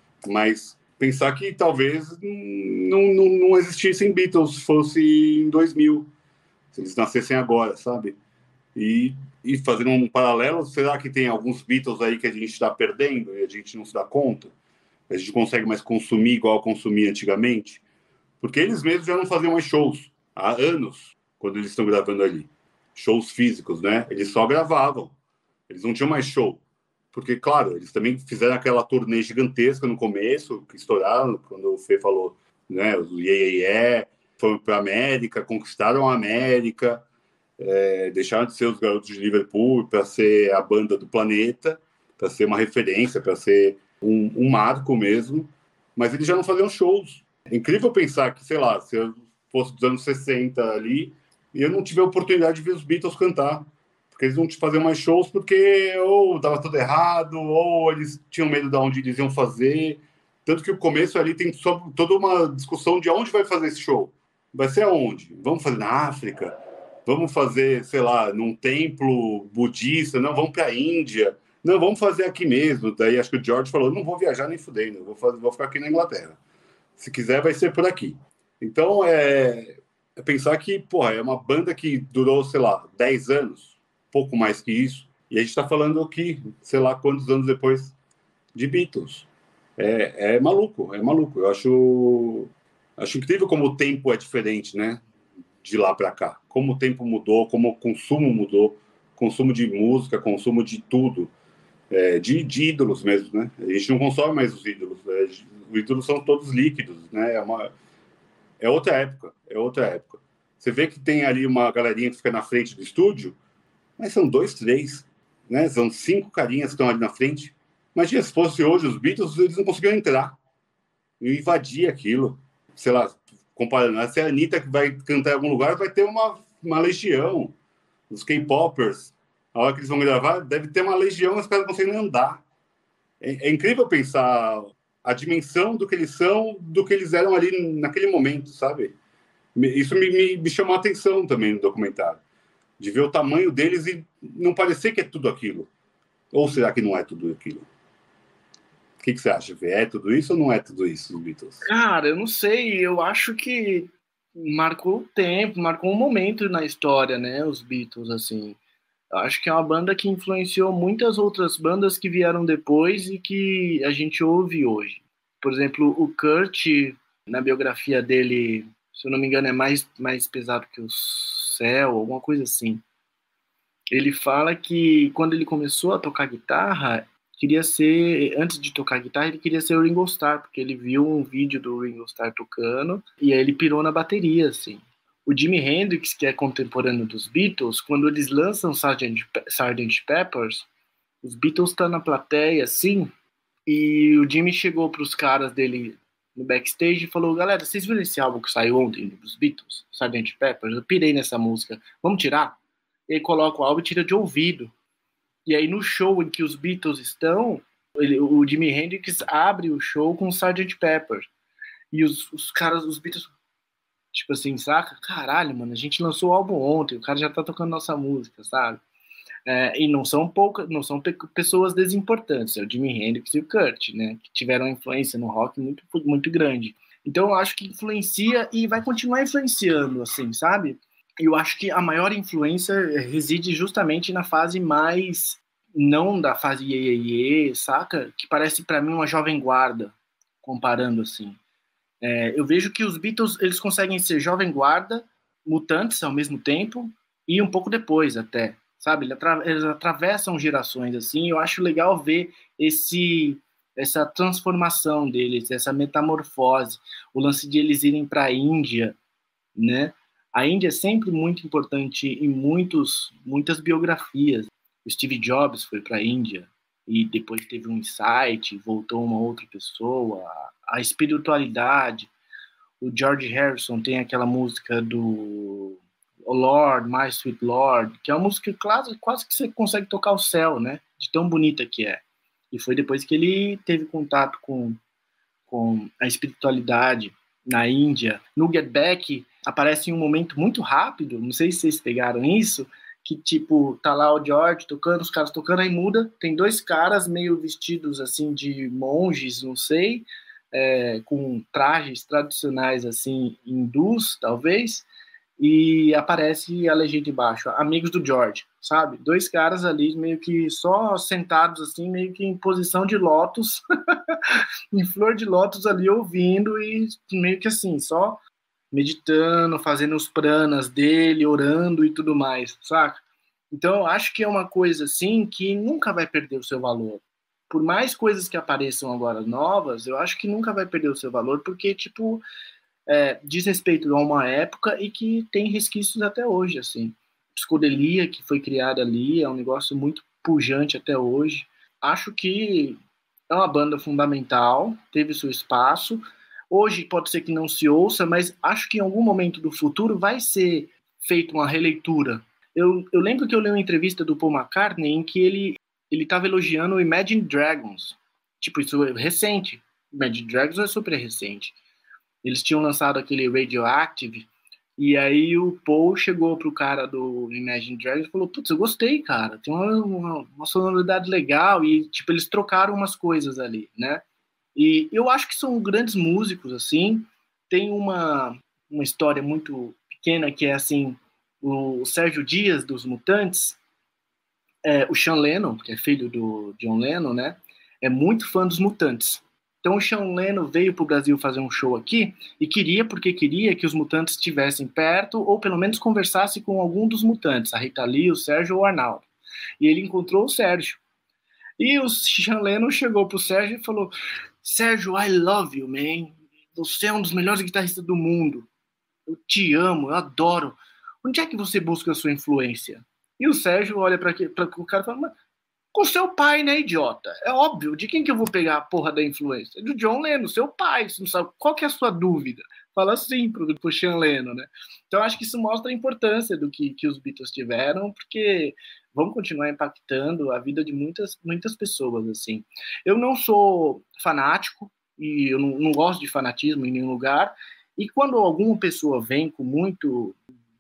mas pensar que talvez não, não, não existissem Beatles, fosse em dois mil, se eles nascessem agora, sabe? E, e fazendo um paralelo, será que tem alguns Beatles aí que a gente está perdendo e a gente não se dá conta? A gente consegue mais consumir igual consumia antigamente? Porque eles mesmos já não faziam mais shows há anos, quando eles estão gravando ali. Shows físicos, né? Eles só gravavam. Eles não tinham mais show. Porque, claro, eles também fizeram aquela turnê gigantesca no começo, que estouraram, quando o Fê falou, né? Os Iê Iê Iê, foram para a América, conquistaram a América, é, deixaram de ser os garotos de Liverpool para ser a banda do planeta, para ser uma referência, para ser um, um marco mesmo. Mas eles já não faziam shows. É incrível pensar que, sei lá, se eu fosse dos anos sessenta ali, e eu não tive a oportunidade de ver os Beatles cantar, porque eles não faziam mais shows porque ou estava tudo errado, ou eles tinham medo de onde eles iam fazer. Tanto que o começo ali tem só, toda uma discussão de onde vai fazer esse show. Vai ser aonde? Vamos fazer na África? Vamos fazer, sei lá, num templo budista? Não, vamos para a Índia? Não, vamos fazer aqui mesmo. Daí acho que o George falou, não vou viajar nem fudendo, vou, fazer, vou ficar aqui na Inglaterra. Se quiser, vai ser por aqui. Então, é... é pensar que, porra, é uma banda que durou, sei lá, dez anos, pouco mais que isso, e a gente está falando aqui, sei lá quantos anos depois, de Beatles. É, é maluco, é maluco. Eu acho, acho incrível como o tempo é diferente, né, de lá para cá. Como o tempo mudou, como o consumo mudou, consumo de música, consumo de tudo, é, de, de ídolos mesmo, né? A gente não consome mais os ídolos, é, os ídolos são todos líquidos, né? É uma... É outra época, é outra época. Você vê que tem ali uma galerinha que fica na frente do estúdio, mas são dois, três, né? São cinco carinhas que estão ali na frente. Imagina, se fosse hoje os Beatles, eles não conseguiam entrar. E invadir aquilo. Sei lá, comparando. Se a Anitta que vai cantar em algum lugar, vai ter uma, uma legião. Os K-Poppers, a hora que eles vão gravar, deve ter uma legião, os caras não conseguem andar. É, é incrível pensar a dimensão do que eles são, do que eles eram ali naquele momento, sabe? Isso me, me, me chamou a atenção também no documentário, de ver o tamanho deles e não parecer que é tudo aquilo. Ou será que não é tudo aquilo? O que, que você acha, Fê? É tudo isso ou não é tudo isso, Beatles? Cara, eu não sei, eu acho que marcou o tempo, marcou um momento na história, né, os Beatles, assim. Eu acho que é uma banda que influenciou muitas outras bandas que vieram depois e que a gente ouve hoje. Por exemplo, o Kurt na biografia dele, se eu não me engano, é mais, mais pesado que o céu, alguma coisa assim. Ele fala que quando ele começou a tocar guitarra, queria ser, antes de tocar guitarra, ele queria ser o Ringo Starr, porque ele viu um vídeo do Ringo Starr tocando, e aí ele pirou na bateria, assim. O Jimi Hendrix, que é contemporâneo dos Beatles, quando eles lançam sergeant sergeant Pepper's, os Beatles estão na plateia, assim, e o Jimmy chegou para os caras dele no backstage e falou: galera, vocês viram esse álbum que saiu ontem dos Beatles, sergeant Pepper's? Eu pirei nessa música, vamos tirar? E aí coloca o álbum e tira de ouvido. E aí no show em que os Beatles estão, ele, o Jimi Hendrix abre o show com o sergeant Pepper. E os, os caras, os Beatles, tipo assim, saca? Caralho, mano, a gente lançou o álbum ontem, o cara já tá tocando nossa música, sabe? É, e não são poucas, não são pe- pessoas desimportantes, é o Jimi Hendrix e o Kurt, né? Que tiveram influência no rock muito, muito grande. Então eu acho que influencia e vai continuar influenciando, assim, sabe? Eu acho que a maior influência reside justamente na fase mais, não da fase iê, iê, iê, saca? Que parece para mim uma jovem guarda, comparando assim. É, eu vejo que os Beatles, eles conseguem ser jovem guarda, mutantes ao mesmo tempo, e um pouco depois até, sabe? Eles, atra- eles atravessam gerações assim, eu acho legal ver esse, essa transformação deles, essa metamorfose, o lance de eles irem para a Índia, né? A Índia é sempre muito importante em muitos, muitas biografias. O Steve Jobs foi para a Índia e depois teve um insight, voltou uma outra pessoa. A espiritualidade. O George Harrison tem aquela música do Oh Lord, My Sweet Lord, que é uma música quase, quase que você consegue tocar o céu, né? De tão bonita que é. E foi depois que ele teve contato com, com a espiritualidade na Índia. No Get Back aparece em um momento muito rápido, não sei se vocês pegaram isso, que tipo, tá lá o George tocando, os caras tocando, aí muda, tem dois caras meio vestidos assim de monges, não sei, é, com trajes tradicionais assim, hindus, talvez, e aparece a legenda embaixo, amigos do George, sabe? Dois caras ali meio que só sentados assim, meio que em posição de lótus, em flor de lótus ali ouvindo e meio que assim, só meditando, fazendo os pranas dele, orando e tudo mais, saca? Então, eu acho que é uma coisa assim que nunca vai perder o seu valor. Por mais coisas que apareçam agora novas, eu acho que nunca vai perder o seu valor, porque, tipo, é, diz respeito a uma época e que tem resquícios até hoje, assim. Psicodelia, que foi criada ali, é um negócio muito pujante até hoje. Acho que é uma banda fundamental, teve seu espaço. Hoje pode ser que não se ouça, mas acho que em algum momento do futuro vai ser feita uma releitura. Eu, eu lembro que eu li uma entrevista do Paul McCartney em que ele ele estava elogiando o Imagine Dragons. Tipo, isso é recente. Imagine Dragons é super recente. Eles tinham lançado aquele Radioactive, e aí o Paul chegou pro cara do Imagine Dragons e falou: putz, eu gostei, cara, tem uma, uma, uma sonoridade legal, e tipo, eles trocaram umas coisas ali, né? E eu acho que são grandes músicos, assim. Tem uma, uma história muito pequena que é assim, o Sérgio Dias dos Mutantes, é, o Sean Lennon, que é filho do John Lennon, né, é muito fã dos Mutantes. Então o Sean Lennon veio para o Brasil fazer um show aqui e queria, porque queria que os Mutantes estivessem perto ou pelo menos conversasse com algum dos Mutantes, a Rita Lee, o Sérgio ou o Arnaldo. E ele encontrou o Sérgio. E o Sean Lennon chegou pro Sérgio e falou: Sérgio, I love you, man. Você é um dos melhores guitarristas do mundo. Eu te amo, eu adoro. Onde é que você busca a sua influência? E o Sérgio olha para o cara e fala: mas com seu pai, né, idiota? É óbvio, de quem que eu vou pegar a porra da influência? Do John Lennon, seu pai. Você não sabe qual que é a sua dúvida? Fala assim pro, pro Sean Lennon, né? Então acho que isso mostra a importância do que, que os Beatles tiveram, porque vão continuar impactando a vida de muitas, muitas pessoas, assim. Eu não sou fanático, e eu não, não gosto de fanatismo em nenhum lugar, e quando alguma pessoa vem com muito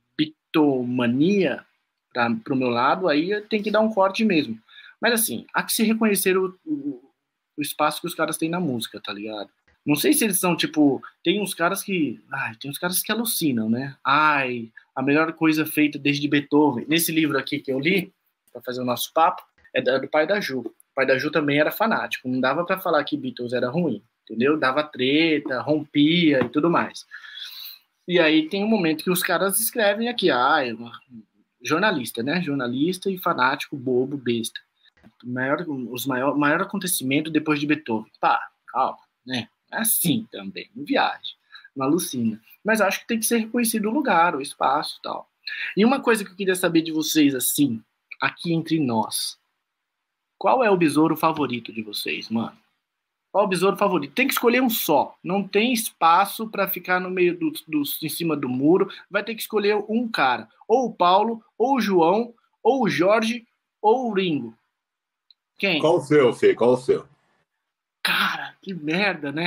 bitomania para o meu lado, aí tem que dar um corte mesmo. Mas assim, há que se reconhecer o, o, o espaço que os caras têm na música, tá ligado? Não sei se eles são, tipo, tem uns caras que, ai, tem uns caras que alucinam, né? Ai, a melhor coisa feita desde Beethoven. Nesse livro aqui que eu li, para fazer o nosso papo, é do pai da Ju. O pai da Ju também era fanático, não dava para falar que Beatles era ruim. entendeu? Dava treta, rompia e tudo mais. E aí tem um momento que os caras escrevem aqui, ah, é uma... jornalista, né? Jornalista e fanático, bobo, besta. O maior, os maior, maior acontecimento depois de Beethoven. Pá, calma, né? Assim também, não viaja, não alucina. Mas acho que tem que ser reconhecido o lugar, o espaço e tal. E uma coisa que eu queria saber de vocês, assim, aqui entre nós. Qual é o besouro favorito de vocês, mano? Qual o besouro favorito? Tem que escolher um só. Não tem espaço para ficar no meio do, do, em cima do muro. Vai ter que escolher um cara. Ou o Paulo, ou o João, ou o Jorge, ou o Ringo. Quem? Qual o seu, Fê? Qual o seu? Cara, que merda, né?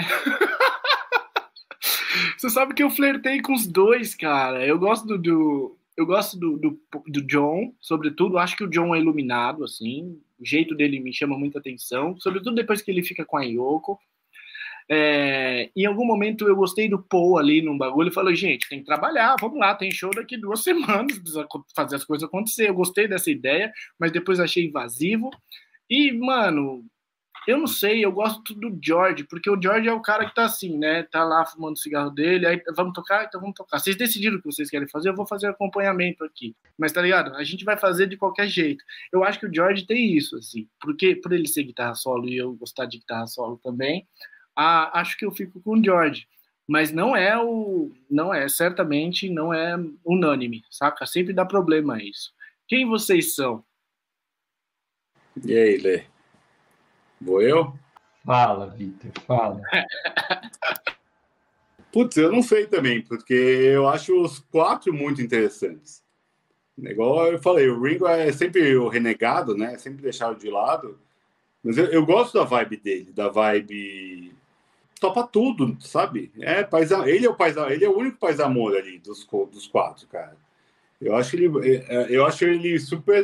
Você sabe que eu flertei com os dois, cara. Eu gosto do, do eu gosto do, do, do John, sobretudo. Acho que o John é iluminado, assim. O jeito dele me chama muita atenção, sobretudo depois que ele fica com a Yoko. É, em algum momento eu gostei do Paul ali num bagulho e falei, gente, tem que trabalhar, vamos lá, tem show daqui duas semanas, precisa fazer as coisas acontecer. Eu gostei dessa ideia, mas depois achei invasivo. E, mano, eu não sei, eu gosto do George, porque o George é o cara que tá assim, né? Tá lá fumando o cigarro dele, aí vamos tocar? Então vamos tocar. Vocês decidiram o que vocês querem fazer, eu vou fazer acompanhamento aqui. Mas tá ligado? A gente vai fazer de qualquer jeito. Eu acho que o George tem isso, assim, porque por ele ser guitarra solo e eu gostar de guitarra solo também, ah, acho que eu fico com o George. Mas não é o. Não é, certamente não é unânime, saca? Sempre dá problema isso. Quem vocês são? E aí, Lê? Vou eu? Fala, Vitor, fala. Putz, eu não sei também, porque eu acho os quatro muito interessantes. Igual eu falei, o Ringo é sempre o renegado, né? Sempre deixado de lado. Mas eu, eu gosto da vibe dele, da vibe... Topa tudo, sabe? É, pais, ele, é o pais, ele é o único pais amor ali dos, dos quatro, cara. Eu acho ele, eu acho ele super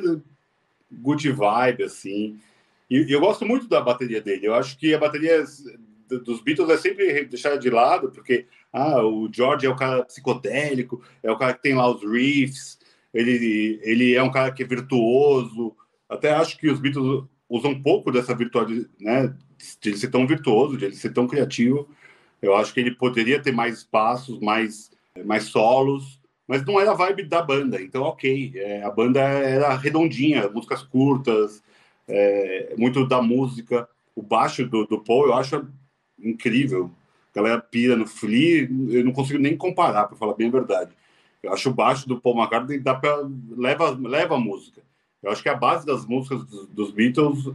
good vibe, assim. E eu gosto muito da bateria dele. Eu acho que a bateria dos Beatles é sempre deixada de lado, porque ah, o George é o cara psicodélico, é o cara que tem lá os riffs, ele, ele é um cara que é virtuoso. Até acho que os Beatles usam um pouco dessa virtuosidade, né, de ele ser tão virtuoso, de ele ser tão criativo. Eu acho que ele poderia ter mais espaços, mais, mais solos, mas não era a vibe da banda. Então, ok, é, a banda era redondinha, músicas curtas, é, muito da música. O baixo do, do Paul eu acho incrível. A galera pira no Flea, eu não consigo nem comparar, para falar bem a verdade. Eu acho o baixo do Paul McCartney dá pra, leva, leva a música. Eu acho que a base das músicas dos, dos Beatles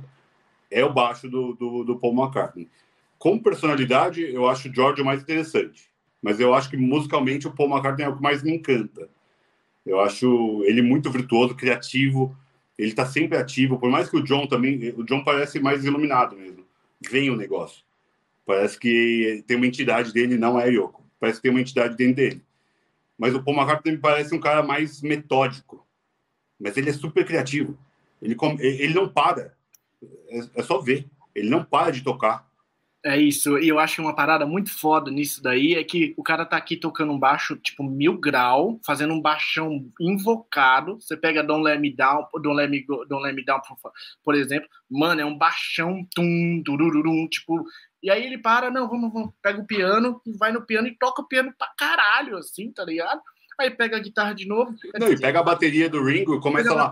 é o baixo do, do, do Paul McCartney. Como personalidade, eu acho o George o mais interessante. Mas eu acho que musicalmente o Paul McCartney é o que mais me encanta. Eu acho ele muito virtuoso, criativo. Ele está sempre ativo, por mais que o John também... O John parece mais iluminado mesmo. Vem o negócio. Parece que tem uma entidade dele, não é a Yoko. Parece que tem uma entidade dentro dele. Mas o Paul McCartney me parece um cara mais metódico. Mas ele é super criativo. Ele, ele não para. É, é só ver. Ele não para de tocar. É isso, e eu acho uma parada muito foda nisso daí, é que o cara tá aqui tocando um baixo, tipo, mil grau, fazendo um baixão invocado. Você pega Don't Let Me Down, Don't Let Me, Go, Don't Let Me Down, por exemplo, mano, é um baixão, tum, turururum, tipo, e aí ele para, não, vamos, vamos, pega o piano, vai no piano e toca o piano pra caralho, assim, tá ligado? Aí pega a guitarra de novo. Não, assim, e pega a bateria do Ringo e começa lá...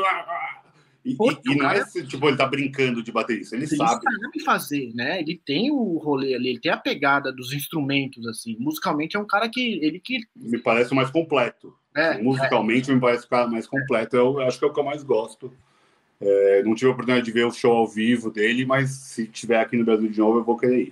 E, Outro, e, e não cara, é tipo, ele tá brincando de baterista, ele, ele sabe. Ele sabe fazer, né? Ele tem o rolê ali, ele tem a pegada dos instrumentos, assim. Musicalmente é um cara que... ele que Me parece o mais completo. É, assim, musicalmente é. Me parece o cara mais completo. Eu acho que é o que eu mais gosto. É, não tive a oportunidade de ver o show ao vivo dele, mas se tiver aqui no Brasil de novo, eu vou querer ir.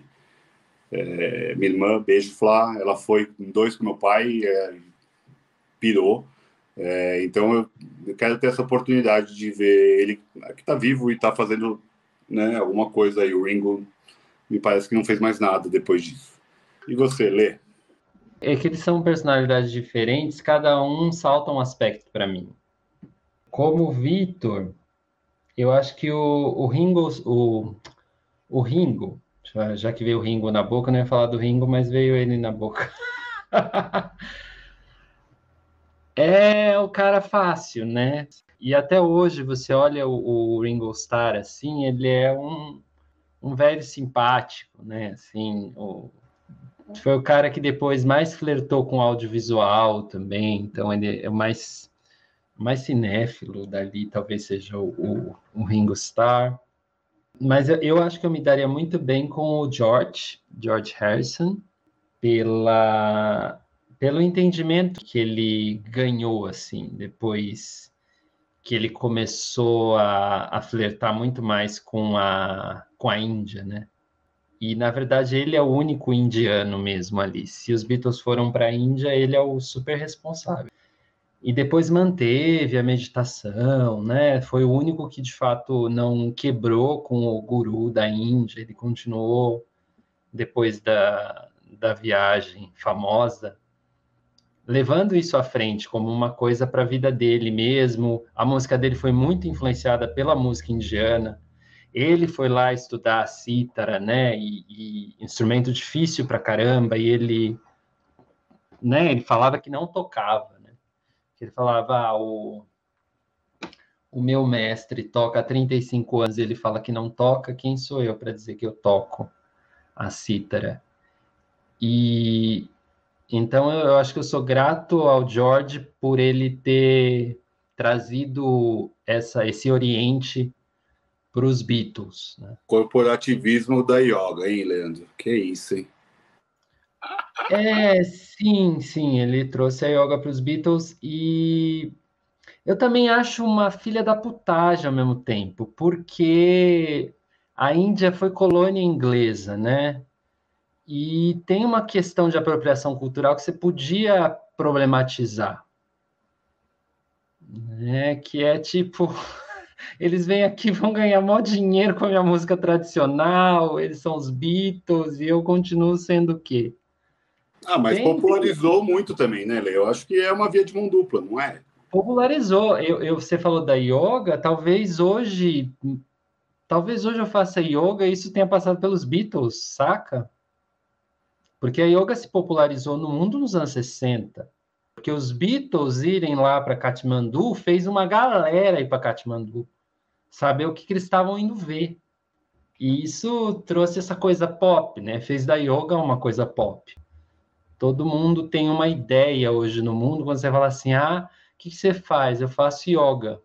É, minha irmã, beijo, Flá, ela foi em dois com meu pai, é, pirou. É, então eu, eu quero ter essa oportunidade de ver ele que está vivo e está fazendo, né, alguma coisa aí. O Ringo me parece que não fez mais nada depois disso. E você, Lê? É que eles são personalidades diferentes, cada um salta um aspecto para mim. Como o Vitor, eu acho que o, o Ringo, o, o Ringo, já, já que veio o Ringo na boca, eu não ia falar do Ringo, mas veio ele na boca. É o cara fácil, né? E até hoje, você olha o, o Ringo Starr assim, ele é um, um velho simpático, né? Assim, o, foi o cara que depois mais flertou com audiovisual também, então ele é o mais, mais cinéfilo dali, talvez seja o, o, o Ringo Starr. Mas eu, eu acho que eu me daria muito bem com o George, George Harrison, pela, pelo entendimento que ele ganhou, assim, depois que ele começou a, a flertar muito mais com a, com a Índia, né? E, na verdade, ele é o único indiano mesmo ali. Se os Beatles foram para a Índia, ele é o super responsável. E depois manteve a meditação, né? Foi o único que, de fato, não quebrou com o guru da Índia. Ele continuou, depois da, da viagem famosa, levando isso à frente como uma coisa para a vida dele mesmo. A música dele foi muito influenciada pela música indiana. Ele foi lá estudar a cítara, né? E, e instrumento difícil para caramba. E ele, né? Ele falava que não tocava, né? Ele falava, ah, o, o meu mestre toca há trinta e cinco anos. Ele fala que não toca. Quem sou eu para dizer que eu toco a cítara? E então eu acho que eu sou grato ao George por ele ter trazido essa, esse Oriente para os Beatles, né? Corporativismo da yoga, hein, Leandro? Que isso, hein? É, sim, sim, ele trouxe a yoga para os Beatles e eu também acho uma filha da putagem ao mesmo tempo, porque a Índia foi colônia inglesa, né? E tem uma questão de apropriação cultural que você podia problematizar, né? Que é tipo, eles vêm aqui, vão ganhar maior dinheiro com a minha música tradicional, eles são os Beatles e eu continuo sendo o quê? Ah, mas Tem- popularizou muito também, né, Lê? Eu acho que é uma via de mão dupla, não é? Popularizou. Eu, eu, você falou da yoga, talvez hoje, talvez hoje eu faça yoga e isso tenha passado pelos Beatles, saca? Porque a yoga se popularizou no mundo nos anos sessenta. Porque os Beatles irem lá para Katmandu fez uma galera ir para Katmandu saber o que, que eles estavam indo ver. E isso trouxe essa coisa pop, né? Fez da yoga uma coisa pop. Todo mundo tem uma ideia hoje no mundo, quando você fala assim, ah, o que, que você faz? Eu faço yoga.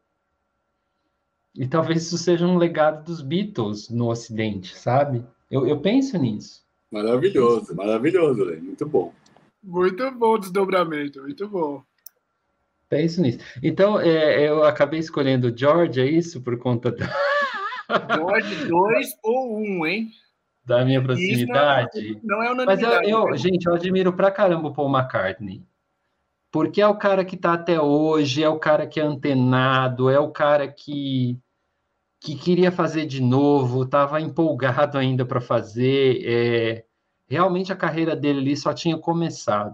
E talvez isso seja um legado dos Beatles no Ocidente, sabe? Eu, eu penso nisso. Maravilhoso, maravilhoso, Lê. Muito bom. Muito bom o desdobramento, muito bom. Penso nisso. Então, é, eu acabei escolhendo o George, é isso? Por conta da, George dois ou um, hein? da minha Isso proximidade. não é Mas eu, unanimidade. eu, gente, eu admiro pra caramba o Paul McCartney. Porque é o cara que tá até hoje, é o cara que é antenado, é o cara que, que queria fazer de novo, estava empolgado ainda para fazer. É, realmente a carreira dele ali só tinha começado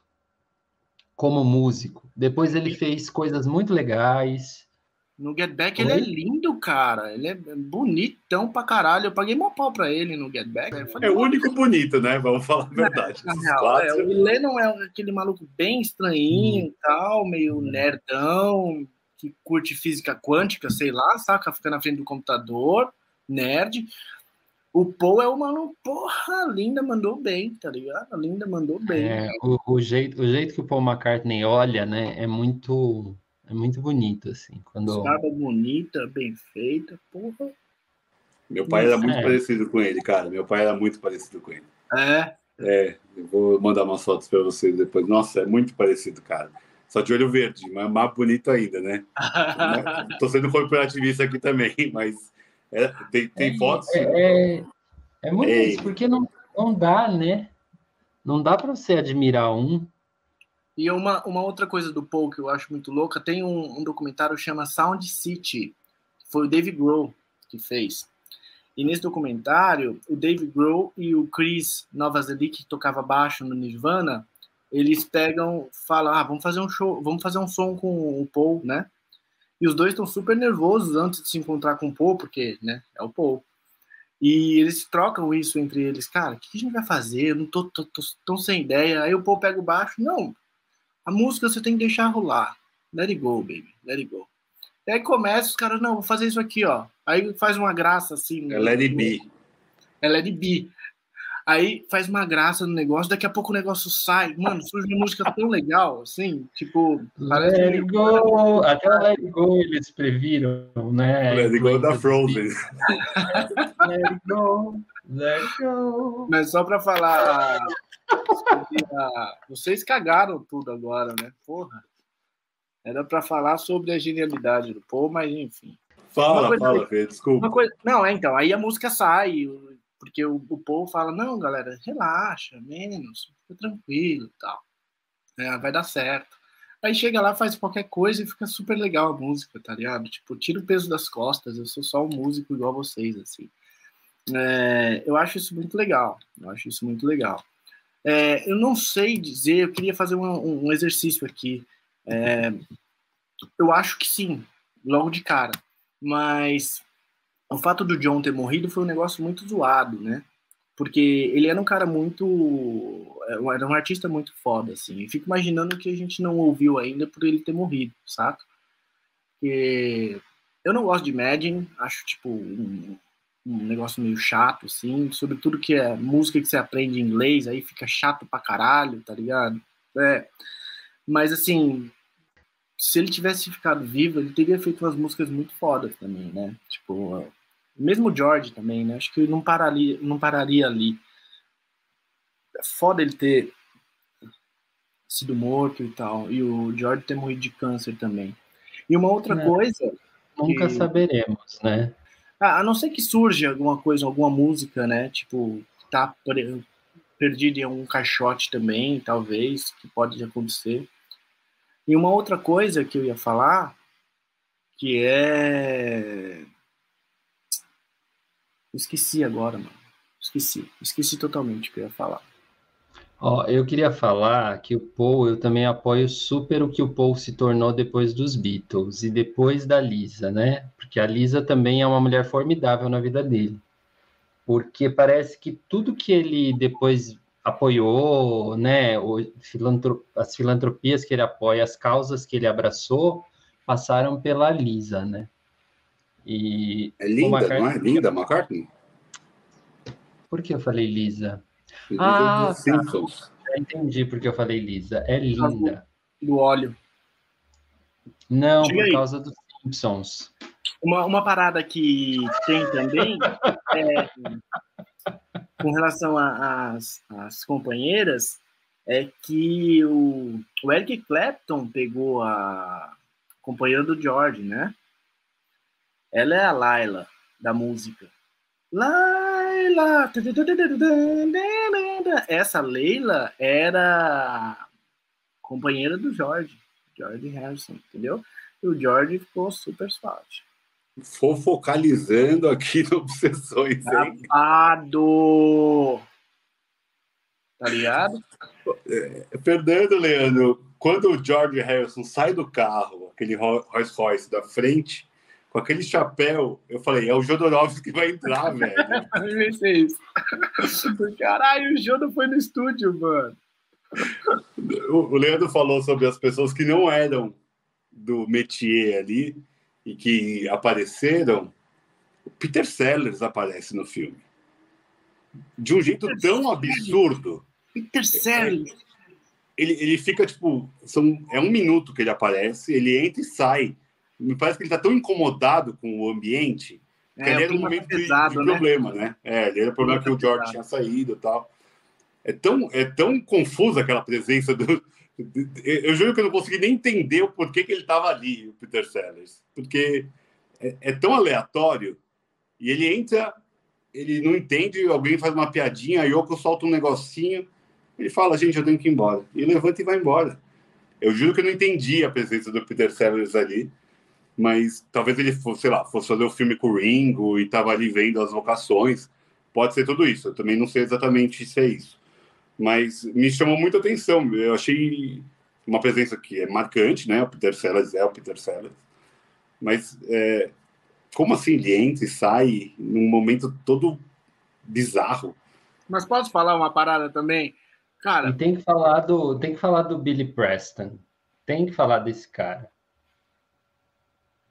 como músico. Depois ele fez coisas muito legais. No Get Back ele é Oi? lindo, cara. Ele é bonitão pra caralho. Eu paguei mó pau pra ele no Get Back. Eu falei, É o "Pô, único bonito, né? Vamos falar a verdade. na Esses real, quatro. é, o Lennon é aquele maluco bem estranhinho e tal, meio nerdão, que curte física quântica, sei lá, saca? Fica na frente do computador, nerd. O Paul é o maluco, porra, a Linda mandou bem, tá ligado? A Linda mandou bem. É, o, o jeito, o jeito que o Paul McCartney olha, né, é muito, é muito bonito, assim. Quando... Barba bonita, bem feita, porra. Meu pai era muito É. parecido com ele, cara. Meu pai era muito parecido com ele. É. É, eu vou mandar umas fotos para vocês depois. Nossa, é muito parecido, cara. Só de olho verde, mas mais bonito ainda, né? Tô sendo corporativista aqui também, mas é, tem, tem fotos. É, é, é muito É isso, ele. porque não, não dá, né? Não dá para você admirar um. E uma, uma outra coisa do Paul que eu acho muito louca, tem um, um documentário que chama Sound City, que foi o Dave Grohl que fez. E nesse documentário, o Dave Grohl e o Chris Novoselic, que tocava baixo no Nirvana, eles pegam, falam, ah, vamos fazer um show, vamos fazer um som com o Paul, né? E os dois estão super nervosos antes de se encontrar com o Paul, porque, né, é o Paul. E eles trocam isso entre eles, cara, o que a gente vai fazer? Eu não tô, tô, tô tão sem ideia. Aí o Paul pega o baixo, não, a música você tem que deixar rolar. Let it go, baby, let it go. E aí começa, os caras, não, vou fazer isso aqui, ó. Aí faz uma graça assim. É Let It Be. ela é de bi. Aí faz uma graça no negócio, daqui a pouco o negócio sai. Mano, surge uma música tão legal, assim, tipo... Let it go! Aquela Let it go eles previram, né? Let it go da Frozen. Let it go, let it go. Mas só pra falar... a... Vocês cagaram tudo agora, né? Porra. Era pra falar sobre a genialidade do Paul, mas enfim. Fala, fala, Fê, desculpa. Uma coisa... Não, é então, aí a música sai... Porque o, o Paul fala, não, galera, relaxa, menos, fica tranquilo e tal. É, vai dar certo. Aí chega lá, faz qualquer coisa e fica super legal a música, tá ligado? Tipo, tira o peso das costas, eu sou só um músico igual vocês, assim. É, eu acho isso muito legal, eu acho isso muito legal. É, eu não sei dizer, eu queria fazer um, um exercício aqui. É, eu acho que sim, logo de cara, mas... O fato do John ter morrido foi um negócio muito zoado, né? Porque ele era um cara muito... Era um artista muito foda, assim. E fico imaginando que a gente não ouviu ainda por ele ter morrido, saca? Porque eu não gosto de Imagine, acho, tipo, um, um negócio meio chato, assim. Sobretudo que é música que você aprende em inglês, aí fica chato pra caralho, tá ligado? É. Mas, assim... Se ele tivesse ficado vivo, ele teria feito umas músicas muito fodas também, né? Tipo, mesmo o George também, né? Acho que ele não pararia, não pararia ali. É foda ele ter sido morto e tal, e o George ter morrido de câncer também. E uma outra É, coisa... Nunca que... saberemos, né? Ah, a não ser que surja alguma coisa, alguma música, né? Tipo, tá perdido em algum caixote também, talvez, que pode acontecer. E uma outra coisa que eu ia falar, que é... Esqueci agora, mano. Esqueci. Esqueci totalmente o que eu ia falar. Ó, eu queria falar que o Paul, eu também apoio super o que o Paul se tornou depois dos Beatles e depois da Lisa, né? Porque a Lisa também é uma mulher formidável na vida dele. Porque parece que tudo que ele depois apoiou, né, o filantro, as filantropias que ele apoia, as causas que ele abraçou, passaram pela Lisa, né? E É o linda, não é? McCartney... Linda McCartney? Por que eu falei Lisa? Lisa Ah, dos tá. Simpsons. Já entendi porque eu falei Lisa. É Por causa do, linda. do óleo. Não, Diga por aí. causa dos Simpsons. Uma, uma parada que tem também é, com relação às companheiras, é que o, o Eric Clapton pegou a companheira do George, né? Ela é a Laila, da música. Laila! Essa Leila era companheira do George, George Harrison, entendeu? E o George ficou super suave. Fofocalizando aqui no Obsessões, hein? Babado! Tá ligado? Fernando, Leandro, quando o George Harrison sai do carro, aquele Rolls Royce da frente, com aquele chapéu, eu falei, é o Jodorowsky que vai entrar, velho. Eu pensei isso. Caralho, o Jodo foi no estúdio, mano. O Leandro falou sobre as pessoas que não eram do métier ali e que apareceram. O Peter Sellers aparece no filme. De um jeito Peter tão Sellers. absurdo. Peter Sellers. Ele, ele fica, tipo... São, é um minuto que ele aparece, ele entra e sai. Me parece que ele tá tão incomodado com o ambiente que É, ele o era um clima momento tá de, pesado, de né? problema, né? É, ele era o problema que o George tinha saído e tal. É tão, é tão confusa aquela presença do... Eu juro que eu não consegui nem entender o porquê que ele estava ali, o Peter Sellers. Porque é, é tão aleatório. E ele entra, ele não entende, alguém faz uma piadinha, a Yoko solta um negocinho, ele fala, gente, eu tenho que ir embora. E levanta e vai embora. Eu juro que eu não entendi a presença do Peter Sellers ali, mas talvez ele fosse, sei lá, fosse fazer o filme com o Ringo e estava ali vendo as vocações. Pode ser tudo isso. Eu também não sei exatamente se é isso. Mas me chamou muita atenção. Eu achei uma presença que é marcante, né? O Peter Sellers é o Peter Sellers. Mas é, como assim ele entra e sai num momento todo bizarro? Mas posso falar uma parada também? Cara... E tem que falar do, tem que falar do Billy Preston. Tem que falar desse cara.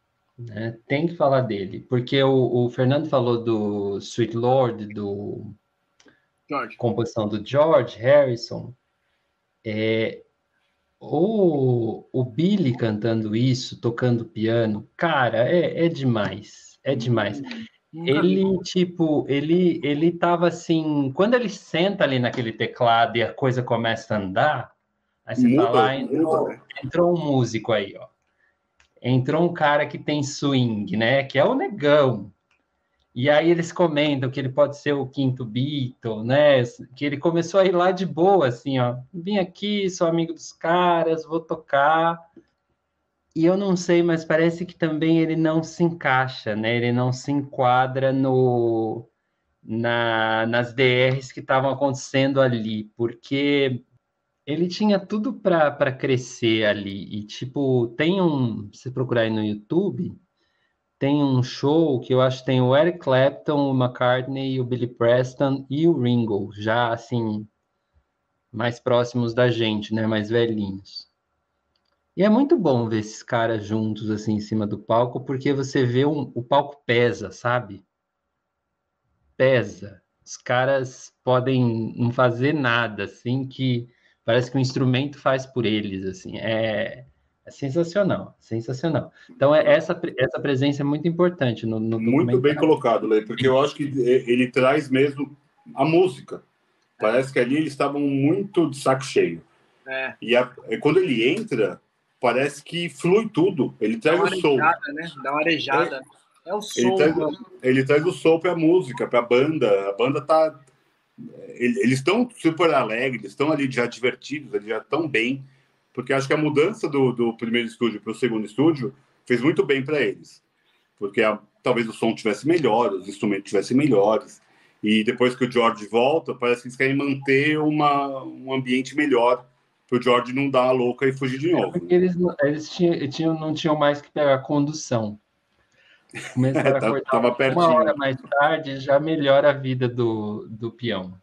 né? Tem que falar dele, porque o, o Fernando falou do Sweet Lord, do George. composição do George Harrison. É, o, o Billy cantando isso, tocando piano, cara, é, é demais, é demais. Hum, nunca Ele, vi. tipo, ele, ele tava assim, quando ele senta ali naquele teclado e a coisa começa a andar, aí você fala, Muda, ah, muda, entrou, né? entrou um músico aí, ó. Entrou um cara que tem swing, né? Que é o Negão. E aí eles comentam que ele pode ser o quinto Beatle, né? Que ele começou a ir lá de boa, assim, ó. Vim aqui, sou amigo dos caras, vou tocar. E eu não sei, mas parece que também ele não se encaixa, né? Ele não se enquadra no, na, nas D Rs que estavam acontecendo ali, porque ele tinha tudo para crescer ali. E, tipo, tem um. Se procurar aí no YouTube, tem um show que eu acho que tem o Eric Clapton, o McCartney, o Billy Preston e o Ringo, já assim, mais próximos da gente, né? Mais velhinhos. E é muito bom ver esses caras juntos, assim, em cima do palco, porque você vê um, o palco pesa, sabe? Pesa. Os caras podem não fazer nada, assim, que parece que o instrumento faz por eles, assim. É, é sensacional, sensacional. Então, é, essa, essa presença é muito importante no, no Muito bem documentário. colocado, Lê, porque eu acho que ele traz mesmo a música. Parece que ali eles estavam muito de saco cheio. É. E a, quando ele entra, parece que flui tudo. Ele Dá traz uma o soul. arejada, né? Dá uma arejada. É, o Ele som. traz, mano. ele traz o soul para a música, para a banda. A banda tá. Eles estão super alegres, estão ali já divertidos, eles já estão bem, porque acho que a mudança do, do primeiro estúdio para o segundo estúdio fez muito bem para eles, porque a, talvez o som tivesse melhor, os instrumentos tivessem melhores, e depois que o George volta, parece que eles querem manter uma, um ambiente melhor para o George não dar a louca e fugir de novo. Porque eles, eles tinham, tinham, não tinham mais que pegar condução. Começaram a cortar Tava uma pertinho. hora mais tarde, já melhora a vida do, do peão.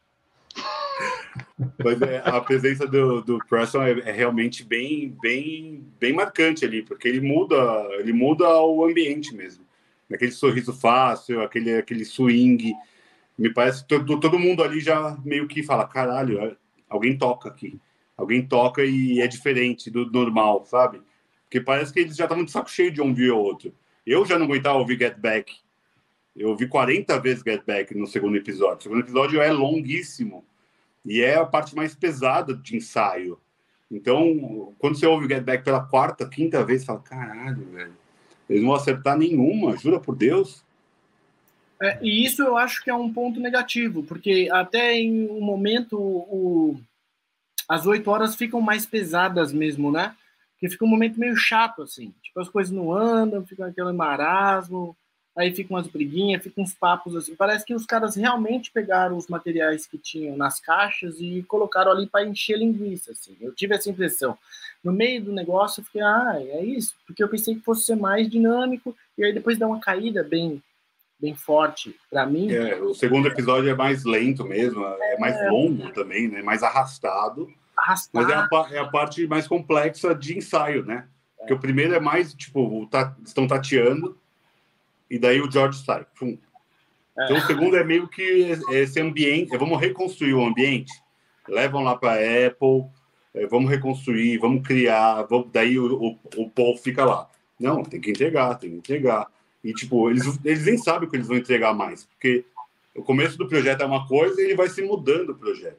Mas é, a presença do, do Preston é, é realmente bem, bem, bem marcante ali, porque ele muda, ele muda o ambiente mesmo. Aquele sorriso fácil, aquele, aquele swing. Me parece que todo, todo mundo ali já meio que fala: caralho, alguém toca aqui. Alguém toca e é diferente do normal, sabe? Porque parece que eles já estavam de saco cheio de um ouvir o outro. Eu já não aguentava ouvir Get Back. Eu ouvi quarenta vezes Get Back no segundo episódio. O segundo episódio é longuíssimo. E é a parte mais pesada de ensaio. Então, quando você ouve o Get Back pela quarta, quinta vez, você fala: caralho, velho. Eles não vão acertar nenhuma, jura por Deus. É, e isso eu acho que é um ponto negativo, porque até em um momento o, as oito horas ficam mais pesadas mesmo, né? Porque fica um momento meio chato, assim. Tipo, as coisas não andam, fica aquele marasmo, aí ficam umas briguinhas, ficam uns papos, assim. Parece que os caras realmente pegaram os materiais que tinham nas caixas e colocaram ali para encher linguiça, assim. Eu tive essa impressão. No meio do negócio, eu fiquei, ah, é isso. Porque eu pensei que fosse ser mais dinâmico, e aí depois dá uma caída bem... bem forte para mim. É, o segundo episódio é mais lento mesmo, é mais é... longo também, né? Mais arrastado. Arrastado. Mas é a, é a parte mais complexa de ensaio, né? É. Porque o primeiro é mais, tipo, tá, estão tateando e daí o George sai. Pum. É. Então o segundo é meio que esse ambiente, vamos reconstruir o ambiente. Levam lá para a Apple, vamos reconstruir, vamos criar, vamos... daí o, o, o Paul fica lá. Não, tem que entregar, tem que entregar. E, tipo, eles, eles nem sabem o que eles vão entregar mais, porque o começo do projeto é uma coisa e ele vai se mudando o projeto.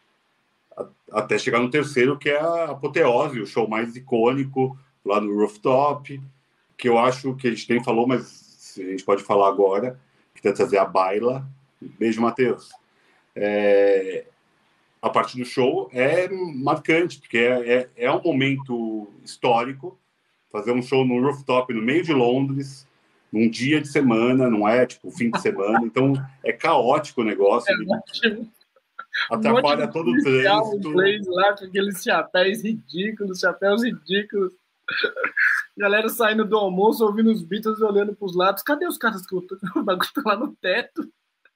Até chegar no terceiro, que é a apoteose, o show mais icônico, lá no Rooftop, que eu acho que a gente nem falou, mas a gente pode falar agora, que vai trazer a Baila. Beijo, Matheus. É... A parte do show é marcante, porque é, é, é um momento histórico, fazer um show no Rooftop, no meio de Londres, num dia de semana, não é tipo fim de semana, então é caótico o negócio. É, ele atrapalha um todo o trânsito. Inglês lá com aqueles chapéus ridículos, chapéus ridículos. Galera saindo do almoço, ouvindo os Beatles e olhando para os lados. Cadê os caras que o bagulho tá lá no teto?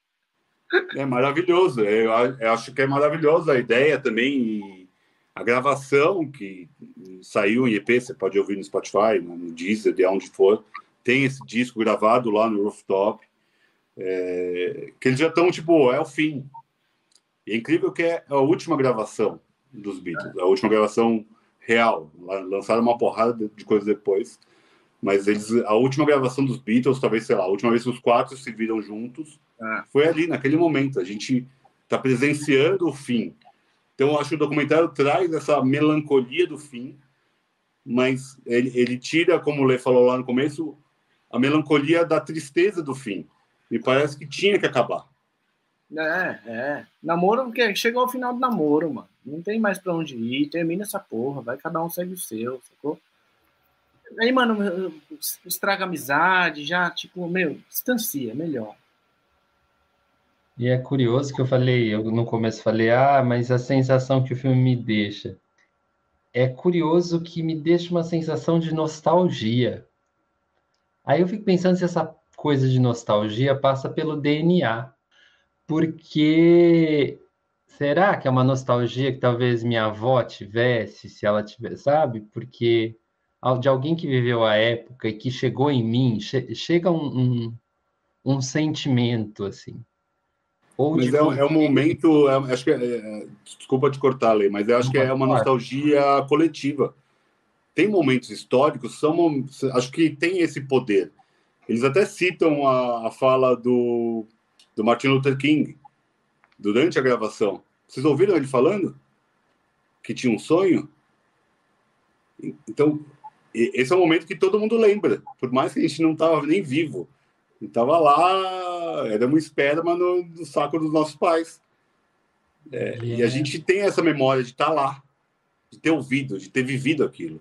É maravilhoso. Eu, eu acho que é maravilhosa a ideia também. E a gravação que saiu em E P, você pode ouvir no Spotify, no Deezer, de onde for. tem esse disco gravado lá no Rooftop, é, que eles já estão, tipo, é o fim. E é incrível que é a última gravação dos Beatles, a última gravação real. Lançaram uma porrada de coisas depois, mas eles, a última gravação dos Beatles, talvez, sei lá, a última vez que os quatro se viram juntos, Ah. foi ali, naquele momento. A gente está presenciando o fim. Então, eu acho que o documentário traz essa melancolia do fim, mas ele, ele tira, como o Lê falou lá no começo, a melancolia da tristeza do fim. Me parece que tinha que acabar. É, é. Namoro, porque chegou ao final do namoro, mano. Não tem mais pra onde ir, termina essa porra, vai cada um segue o seu, sacou? Aí, mano, estraga a amizade, já, tipo, meu, distancia, melhor. E é curioso que eu falei, eu no começo falei, ah, mas a sensação que o filme me deixa. É curioso que me deixa uma sensação de nostalgia. Aí eu fico pensando se essa coisa de nostalgia passa pelo D N A. Porque será que é uma nostalgia que talvez minha avó tivesse, se ela tivesse, sabe? Porque de alguém que viveu a época e que chegou em mim, che chega um, um, um sentimento, assim. Ou Mas de é, você... é um momento, é, acho que é, é, desculpa te cortar, Lê, mas eu acho que é uma nostalgia coletiva. Tem momentos históricos, são, acho que tem esse poder. Eles até citam a, a fala do, do Martin Luther King durante a gravação. Vocês ouviram ele falando? Que tinha um sonho? Então, esse é um momento que todo mundo lembra, por mais que a gente não estava nem vivo. Estava lá, era uma esperma no, no saco dos nossos pais. É, yeah. E a gente tem essa memória de estar lá, de ter ouvido, de ter vivido aquilo.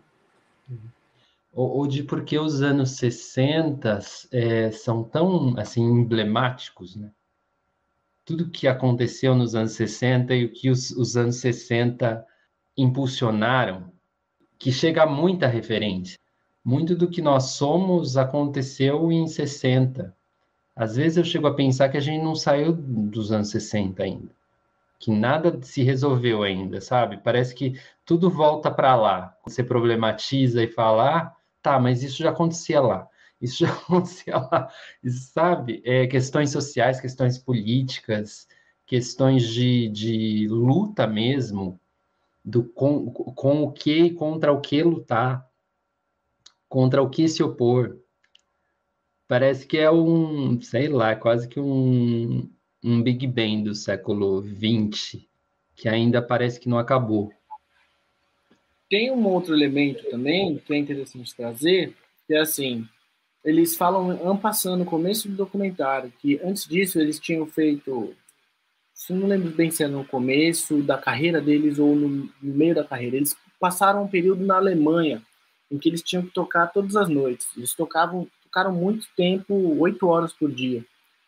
Ou, ou de porque os anos sessenta é, são tão assim, emblemáticos, né? Tudo que aconteceu nos anos sessenta e o que os, os anos sessenta impulsionaram, que chega a muita referência. Muito do que nós somos aconteceu em sessenta. Às vezes eu chego a pensar que a gente não saiu dos anos sessenta ainda, que nada se resolveu ainda, sabe? Parece que tudo volta para lá. Você problematiza e fala, ah, tá, mas isso já acontecia lá. Isso já acontecia lá. Isso, sabe? É, questões sociais, questões políticas, questões de, de luta mesmo, do com, com o que, contra o que lutar, contra o que se opor. Parece que é um, sei lá, quase que um, um Big Bang do século vinte, que ainda parece que não acabou. Tem um outro elemento também que é interessante trazer, que é assim, eles falam en passant no começo do documentário, que antes disso eles tinham feito, se não lembro bem se é no começo da carreira deles ou no, no meio da carreira, eles passaram um período na Alemanha, em que eles tinham que tocar todas as noites. Eles tocavam, tocaram muito tempo, oito horas por dia.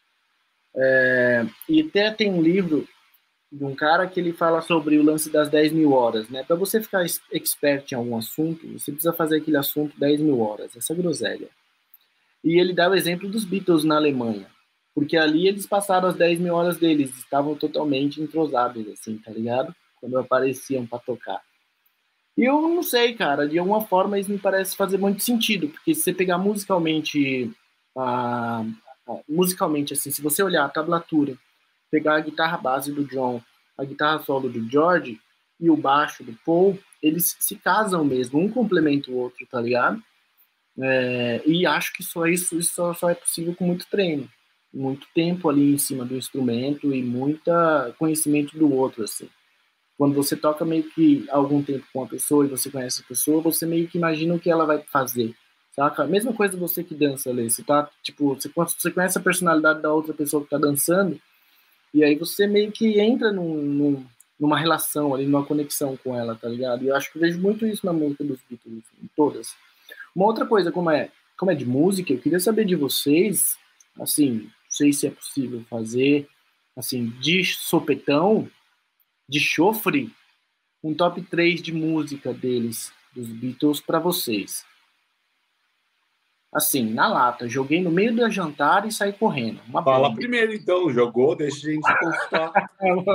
É, e até tem um livro de um cara que ele fala sobre o lance das dez mil horas, né? Para você ficar expert em algum assunto, você precisa fazer aquele assunto dez mil horas, essa groselha. E ele dá o exemplo dos Beatles na Alemanha, porque ali eles passaram as dez mil horas deles, estavam totalmente entrosados, assim, tá ligado? Quando apareciam para tocar. E eu não sei, cara, de alguma forma isso me parece fazer muito sentido, porque se você pegar musicalmente, ah, musicalmente, assim, se você olhar a tablatura, pegar a guitarra base do John, a guitarra solo do George e o baixo do Paul, eles se casam mesmo, um complementa o outro, tá ligado? É, e acho que só isso, isso só, só é possível com muito treino, muito tempo ali em cima do instrumento e muito conhecimento do outro, assim. Quando você toca meio que algum tempo com uma pessoa e você conhece a pessoa, você meio que imagina o que ela vai fazer, saca? A mesma coisa você que dança, Lê, você tá, tipo, você, você conhece a personalidade da outra pessoa que tá dançando, e aí você meio que entra num, num, numa relação ali, numa conexão com ela, tá ligado? E eu acho que eu vejo muito isso na música dos Beatles, em todas. Uma outra coisa, como é, como é de música, eu queria saber de vocês, assim, não sei se é possível fazer, assim, de sopetão, de chofre, um top três de música deles, dos Beatles, para vocês. Assim, na lata, joguei no meio do jantar e saí correndo. Uma Fala bomba. primeiro, então. Jogou, deixa a gente consultar.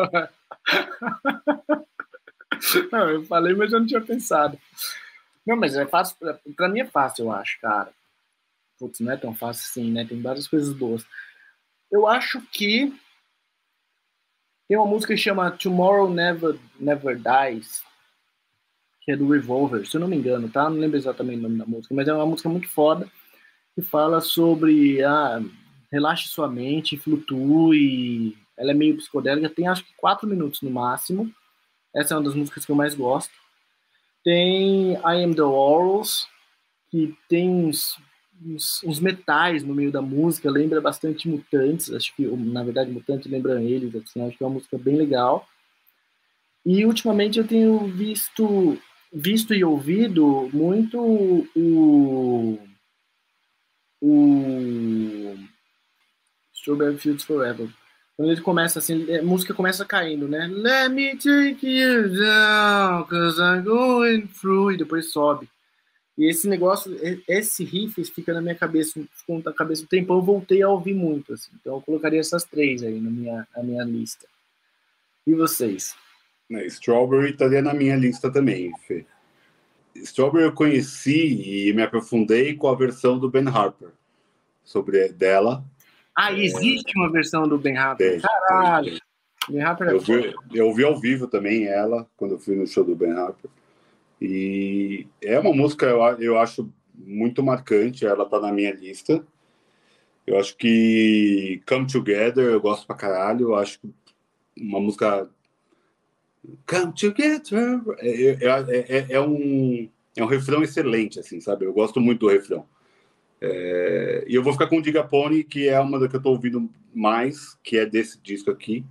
Não, eu falei, mas eu não tinha pensado. Não, mas é fácil, pra, pra mim é fácil, eu acho, cara. putz, não é tão fácil assim, né? Tem várias coisas boas. Eu acho que tem uma música que chama Tomorrow Never, Never Dies, que é do Revolver, se eu não me engano, tá? Não lembro exatamente o nome da música, mas é uma música muito foda, que fala sobre, ah, relaxe sua mente, flutue, ela é meio psicodélica, tem acho que quatro minutos no máximo, essa é uma das músicas que eu mais gosto. Tem I Am The Orals, que tem uns, uns, uns metais no meio da música, lembra bastante Mutantes, acho que, na verdade, Mutantes lembram eles, assim, acho que é uma música bem legal. E, ultimamente, eu tenho visto, visto e ouvido muito o, o Strawberry Fields Forever. Quando ele começa assim, a música começa caindo, né? Let me take you down, cause I'm going through, e depois sobe. E esse negócio, esse riff fica na minha cabeça, ficou na cabeça um tempão, eu voltei a ouvir muito, assim. Então eu colocaria essas três aí na minha, na minha lista. E vocês? Strawberry estaria na minha lista também, Fê. Strawberry eu conheci e me aprofundei com a versão do Ben Harper, sobre dela. Ah, existe é... uma versão do Ben Harper? Tem, Caralho! tem, tem. Ben Harper é eu, vi, eu vi ao vivo também ela, quando eu fui no show do Ben Harper. E é uma música, eu, eu acho, muito marcante, ela tá na minha lista. Eu acho que Come Together, eu gosto pra caralho, eu acho uma música... Come Together... É, é, é, é, um, é um refrão excelente, assim, sabe? Eu gosto muito do refrão. É, e eu vou ficar com o Diga Pony, que é uma da que eu tô ouvindo mais, que é desse disco aqui,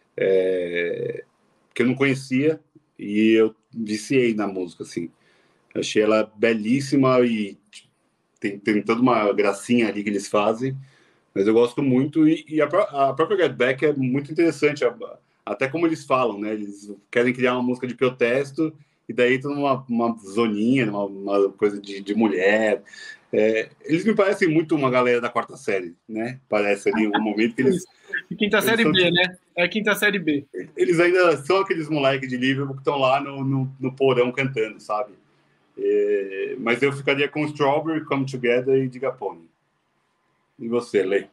é, que eu não conhecia, e eu viciei na música, assim. Achei ela belíssima e tem, tem toda uma gracinha ali que eles fazem, mas eu gosto muito, e, e a, a própria Get Back é muito interessante, até como eles falam, né? Eles querem criar uma música de protesto, e daí estão numa uma zoninha, uma, uma coisa de, de mulher. É, eles me parecem muito uma galera da quarta série, né? Parece ali em algum momento que eles... Quinta série B, tipo, né? É quinta série B. Eles ainda são aqueles moleques de Liverpool que estão lá no, no, no porão cantando, sabe? É, mas eu ficaria com Strawberry, Come Together e Diga Pony. E você, Lê?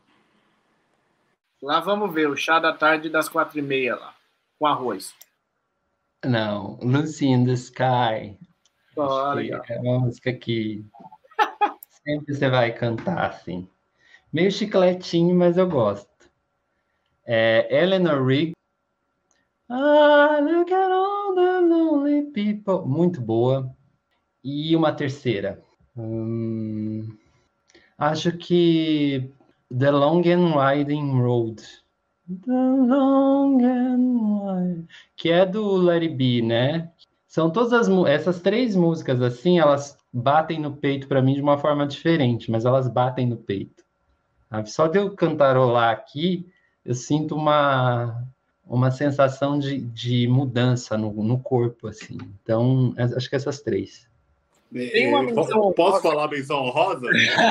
Lá vamos ver, o chá da tarde das quatro e meia lá, com arroz. Não, Lucy in the Sky. Oh, é uma música que sempre você vai cantar, assim. Meio chicletinho, mas eu gosto. É, Eleanor Rigby. Ah, look at all the lonely people. Muito boa. E uma terceira. Hum, acho que The Long and Winding Road. The Long and Winding... Que é do Let It Be, né? São todas as... Essas três músicas, assim, elas batem no peito para mim de uma forma diferente, mas elas batem no peito. Só de eu cantarolar aqui, eu sinto uma, uma sensação de, de mudança no, no corpo, assim. Então, acho que essas três. Tem uma menção Posso falar menção honrosa?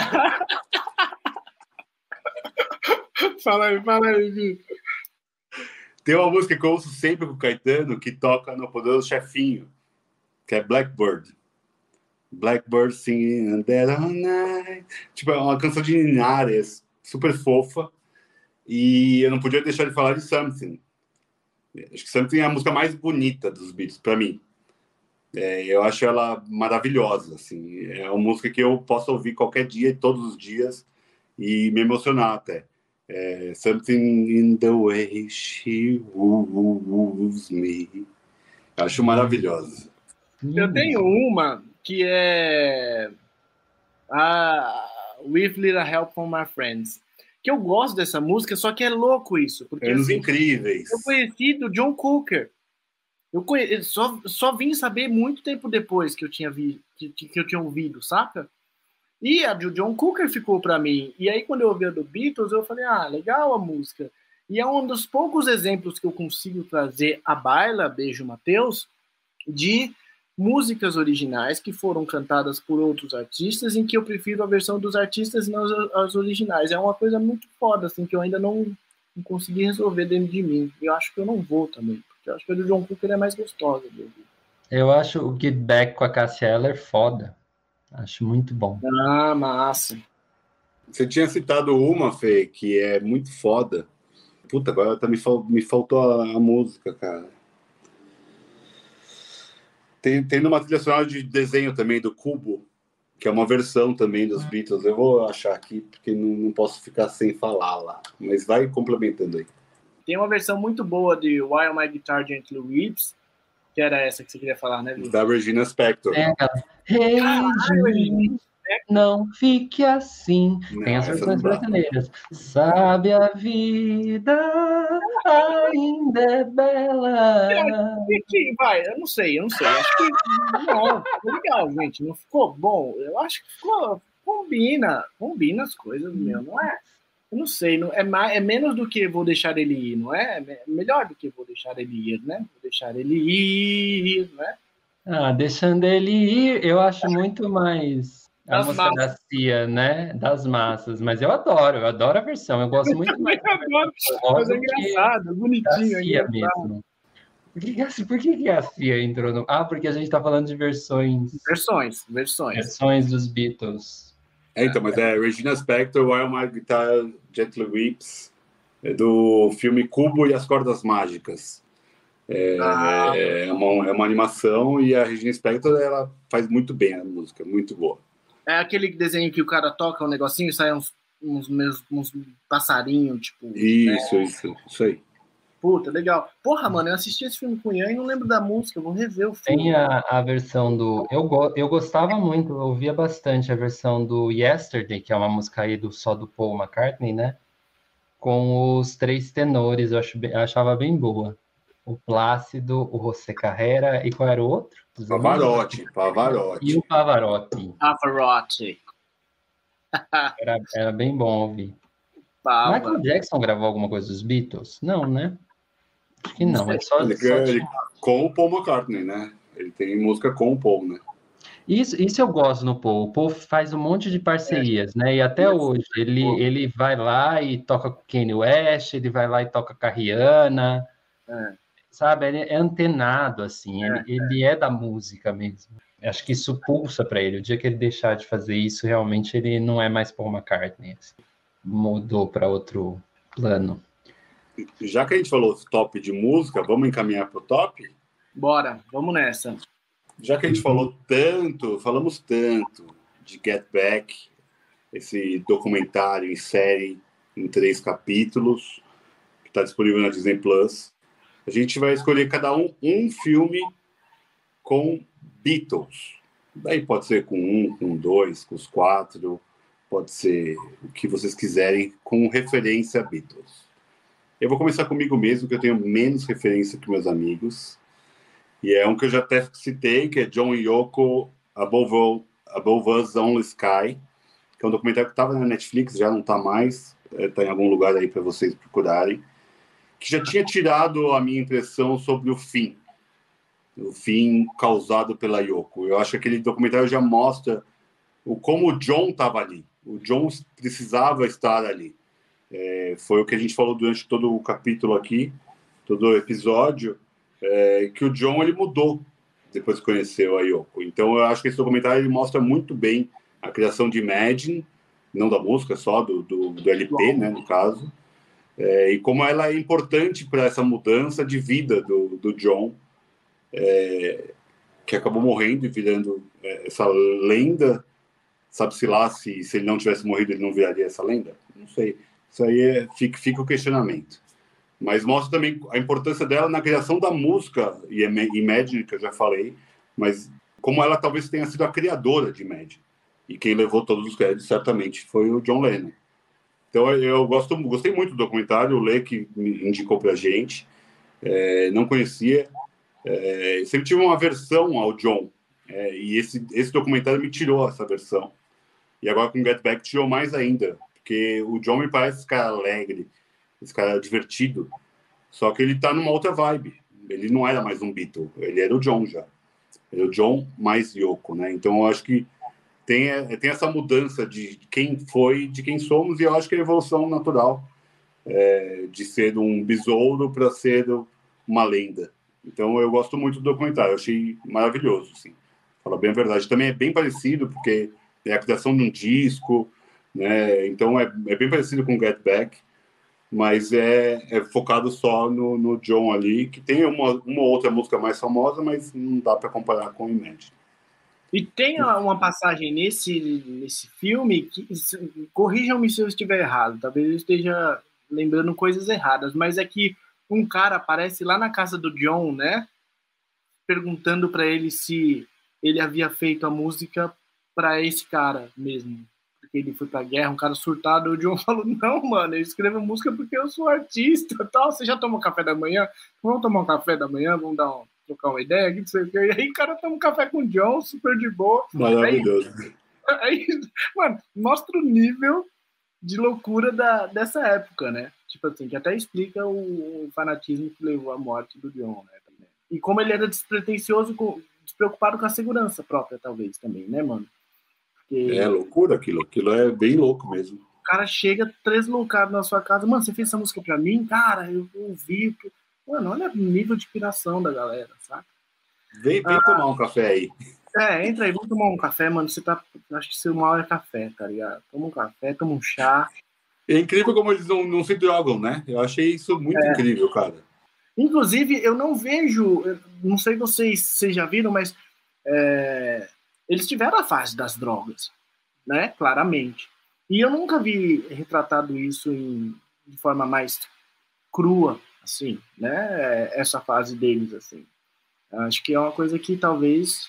Fala aí, fala aí. Tem uma música que eu ouço sempre com o Caetano, que toca no Poderoso Chefinho, que é Blackbird. Blackbird singing Dead all night. Tipo, é uma canção de Linares, super fofa. E eu não podia deixar de falar de Something. Acho que Something é a música mais bonita dos Beatles, para mim. É, eu acho ela maravilhosa, assim. É uma música que eu posso ouvir qualquer dia, todos os dias, e me emocionar até. É, Something in the way she woos me. Acho maravilhosa. Eu tenho uma que é a With Little Help from My Friends, que eu gosto dessa música, só que é louco isso. Porque, Anos assim, Incríveis. Eu conheci do John Cooker. Eu conhe... só, só vim saber muito tempo depois que eu tinha vi... que, que eu tinha ouvido, saca? E a do John Cooker ficou pra mim. E aí, quando eu ouvi a do Beatles, eu falei, ah, legal a música. E é um dos poucos exemplos que eu consigo trazer à baila, Beijo Mateus, de músicas originais que foram cantadas por outros artistas, em que eu prefiro a versão dos artistas e não as originais. É uma coisa muito foda, assim, que eu ainda não, não consegui resolver dentro de mim. Eu acho que eu não vou também, porque eu acho que a do John Cooker é mais gostosa de ouvir. Eu acho o Get Back com a Cássia Eller foda. Acho muito bom. Ah, massa. Você tinha citado uma, Fê, que é muito foda. Puta, agora tá me, fal... me faltou a, a música, cara. Tem, tem numa trilha sonora de desenho também, do Cubo, que é uma versão também dos Beatles. Eu vou achar aqui, porque não, não posso ficar sem falar lá. Mas vai complementando aí. Tem uma versão muito boa de While My Guitar Gently Weeps, que era essa que você queria falar, né, Vitor? Da Regina Spektor. É, hey, Jude, não fique assim. Não, Tem as essa versões não dá. brasileiras. Sabe, a vida ainda é bela. E que, vai, eu não sei, eu não sei. Acho que não, ficou legal, gente. Não ficou bom. Eu acho que ficou. Combina, combina as coisas, meu, não é? Eu não sei, não, é, mais, é menos do que vou deixar ele ir, não é? É melhor do que vou deixar ele ir, né? Vou deixar ele ir, não é? Ah, deixando ele ir, eu acho muito mais a Das música da Cia, né? Das massas. Mas eu adoro, eu adoro a versão. Eu gosto muito mais da Agora, versão mas é do que engraçado, da bonitinho, é Cia engraçado. mesmo. Por que, que a- por que que a Cia entrou no... Ah, porque a gente tá falando de versões, Versões, versões. versões dos Beatles. É, então, mas é Regina Spektor, While My Guitar Gently Weeps, é do filme Cubo e as Cordas Mágicas. É, Ah. é, uma, é uma animação e a Regina Spektor, ela faz muito bem a música, muito boa. É aquele desenho que o cara toca um negocinho e sai uns, uns, uns, uns passarinhos, tipo... Isso, né? isso, isso aí. Puta, legal. Porra, mano, eu assisti esse filme com o Ian e não lembro da música, eu vou rever o filme. Tem a, a versão do... Eu, go... eu gostava muito, eu ouvia bastante a versão do Yesterday, que é uma música aí do, só do Paul McCartney, né? Com os três tenores, eu acho, bem- eu achava bem boa. O Plácido, o José Carrera e qual era o outro? Os amigos? Pavarotti, E Pavarotti. o Pavarotti. Pavarotti. Era, era bem bom ouvir. Pava. Michael Jackson gravou alguma coisa dos Beatles? Não, né? Acho que não. É só, Ele, só ele, tinha- com o Paul McCartney, né? Ele tem música com o Paul, né? Isso, isso eu gosto no Paul. O Paul faz um monte de parcerias, né? E até hoje ele, ele vai lá e toca com o Kanye West, ele vai lá e toca com a Rihanna, É. sabe? Ele é antenado, assim, ele, ele é da música mesmo. Acho que isso pulsa para ele. O dia que ele deixar de fazer isso, realmente ele não é mais Paul McCartney. Assim. Mudou para outro plano. Já que a gente falou top de música, vamos encaminhar para o top? Bora, vamos nessa. Já que a gente falou tanto, falamos tanto de Get Back, esse documentário em série em três capítulos, que está disponível na Disney Plus, a gente vai escolher cada um um filme com Beatles. Daí pode ser com um, com dois, com os quatro, pode ser o que vocês quiserem, com referência a Beatles. Eu vou começar comigo mesmo, que eu tenho menos referência que meus amigos. E é um que eu já até citei, que é John e Yoko, Above, All, Above Us Only Sky, que é um documentário que estava na Netflix, já não está mais, está em algum lugar aí para vocês procurarem, que já tinha tirado a minha impressão sobre o fim, o fim causado pela Yoko. Eu acho que aquele documentário já mostra o como o John estava ali. O John precisava estar ali. É, foi o que a gente falou durante todo o capítulo aqui, todo o episódio, é, que o John ele mudou depois que conheceu a Yoko. Então eu acho que esse documentário ele mostra muito bem a criação de Imagine, não da música, só do, do, do L P, né, no caso, é, e como ela é importante para essa mudança de vida do, do John, é, que acabou morrendo e virando é, essa lenda. Sabe-se lá se, se ele não tivesse morrido, ele não viraria essa lenda? Não sei. Isso aí é, fica, fica o questionamento. Mas mostra também a importância dela na criação da música e Imagine, que eu já falei, mas como ela talvez tenha sido a criadora de Imagine. E quem levou todos os créditos, certamente, foi o John Lennon. Então, eu gosto, gostei muito do documentário, o Lê que me indicou pra gente. É, não conhecia. É, sempre tive uma aversão ao John. É, e esse, esse documentário me tirou essa versão. E agora com Get Back tirou mais ainda. Porque o John me parece esse cara alegre, esse cara divertido. Só que ele tá numa outra vibe. Ele não era mais um Beatle. Ele era o John já. Ele era o John mais Yoko, né? Então eu acho que tem, tem essa mudança de quem foi, de quem somos. E eu acho que é a evolução natural. É, de ser um besouro para ser uma lenda. Então eu gosto muito do documentário. Eu achei maravilhoso, assim. Fala bem a verdade. Também é bem parecido, porque é a criação de um disco, né? Então é, é bem parecido com Get Back, mas é, é focado só no, no John ali, que tem uma, uma outra música mais famosa, mas não dá para comparar com Imagine. E tem uma passagem nesse, nesse filme que, corrijam-me se eu estiver errado, talvez eu esteja lembrando coisas erradas, mas é que um cara aparece lá na casa do John, né, perguntando para ele se ele havia feito a música para esse cara mesmo, porque ele foi pra guerra, um cara surtado. O John falou, não, mano, eu escrevo música porque eu sou artista, tal. Você já tomou café da manhã? Vamos tomar um café da manhã, vamos dar um, trocar uma ideia, que não sei o que. E aí o cara toma um café com o John, super de boa. Maravilhoso. Aí, aí, mano, mostra o nível de loucura da, dessa época, né? Tipo assim, que até explica o, o fanatismo que levou à morte do John, né? E como ele era despretensioso, com, despreocupado com a segurança própria, talvez, também, né, mano? Porque é loucura aquilo, aquilo é bem louco mesmo. O cara chega tresloucado na sua casa, mano, você fez essa música pra mim? Cara, eu ouvi. Mano, olha o nível de piração da galera, saca? Vem, vem ah, tomar um café aí. É, entra aí, vamos tomar um café, mano. Você tá. Acho que seu mal é café, tá ligado? Toma um café, toma um chá. É incrível como eles não, não se drogam, né? Eu achei isso muito é. incrível, cara. Inclusive, eu não vejo, eu não sei vocês, vocês já viram, mas é, eles tiveram a fase das drogas, né? Claramente. E eu nunca vi retratado isso em, de forma mais crua, assim, né? Essa fase deles, assim. Acho que é uma coisa que talvez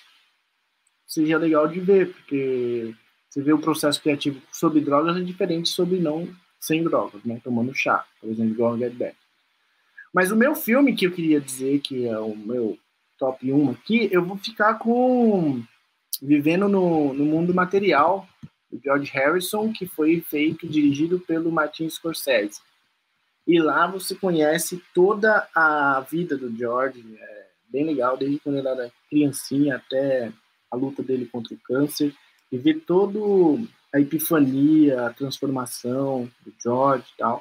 seja legal de ver, porque você vê o processo criativo sobre drogas é diferente sobre não sem drogas, né? Tomando chá, por exemplo, igual Get Back. Mas o meu filme que eu queria dizer, que é o meu top um aqui, eu vou ficar com Vivendo no, no Mundo Material, do George Harrison, que foi feito, dirigido pelo Martin Scorsese. E lá você conhece toda a vida do George, é bem legal, desde quando ele era criancinha até a luta dele contra o câncer, e ver toda a epifania, a transformação do George e tal.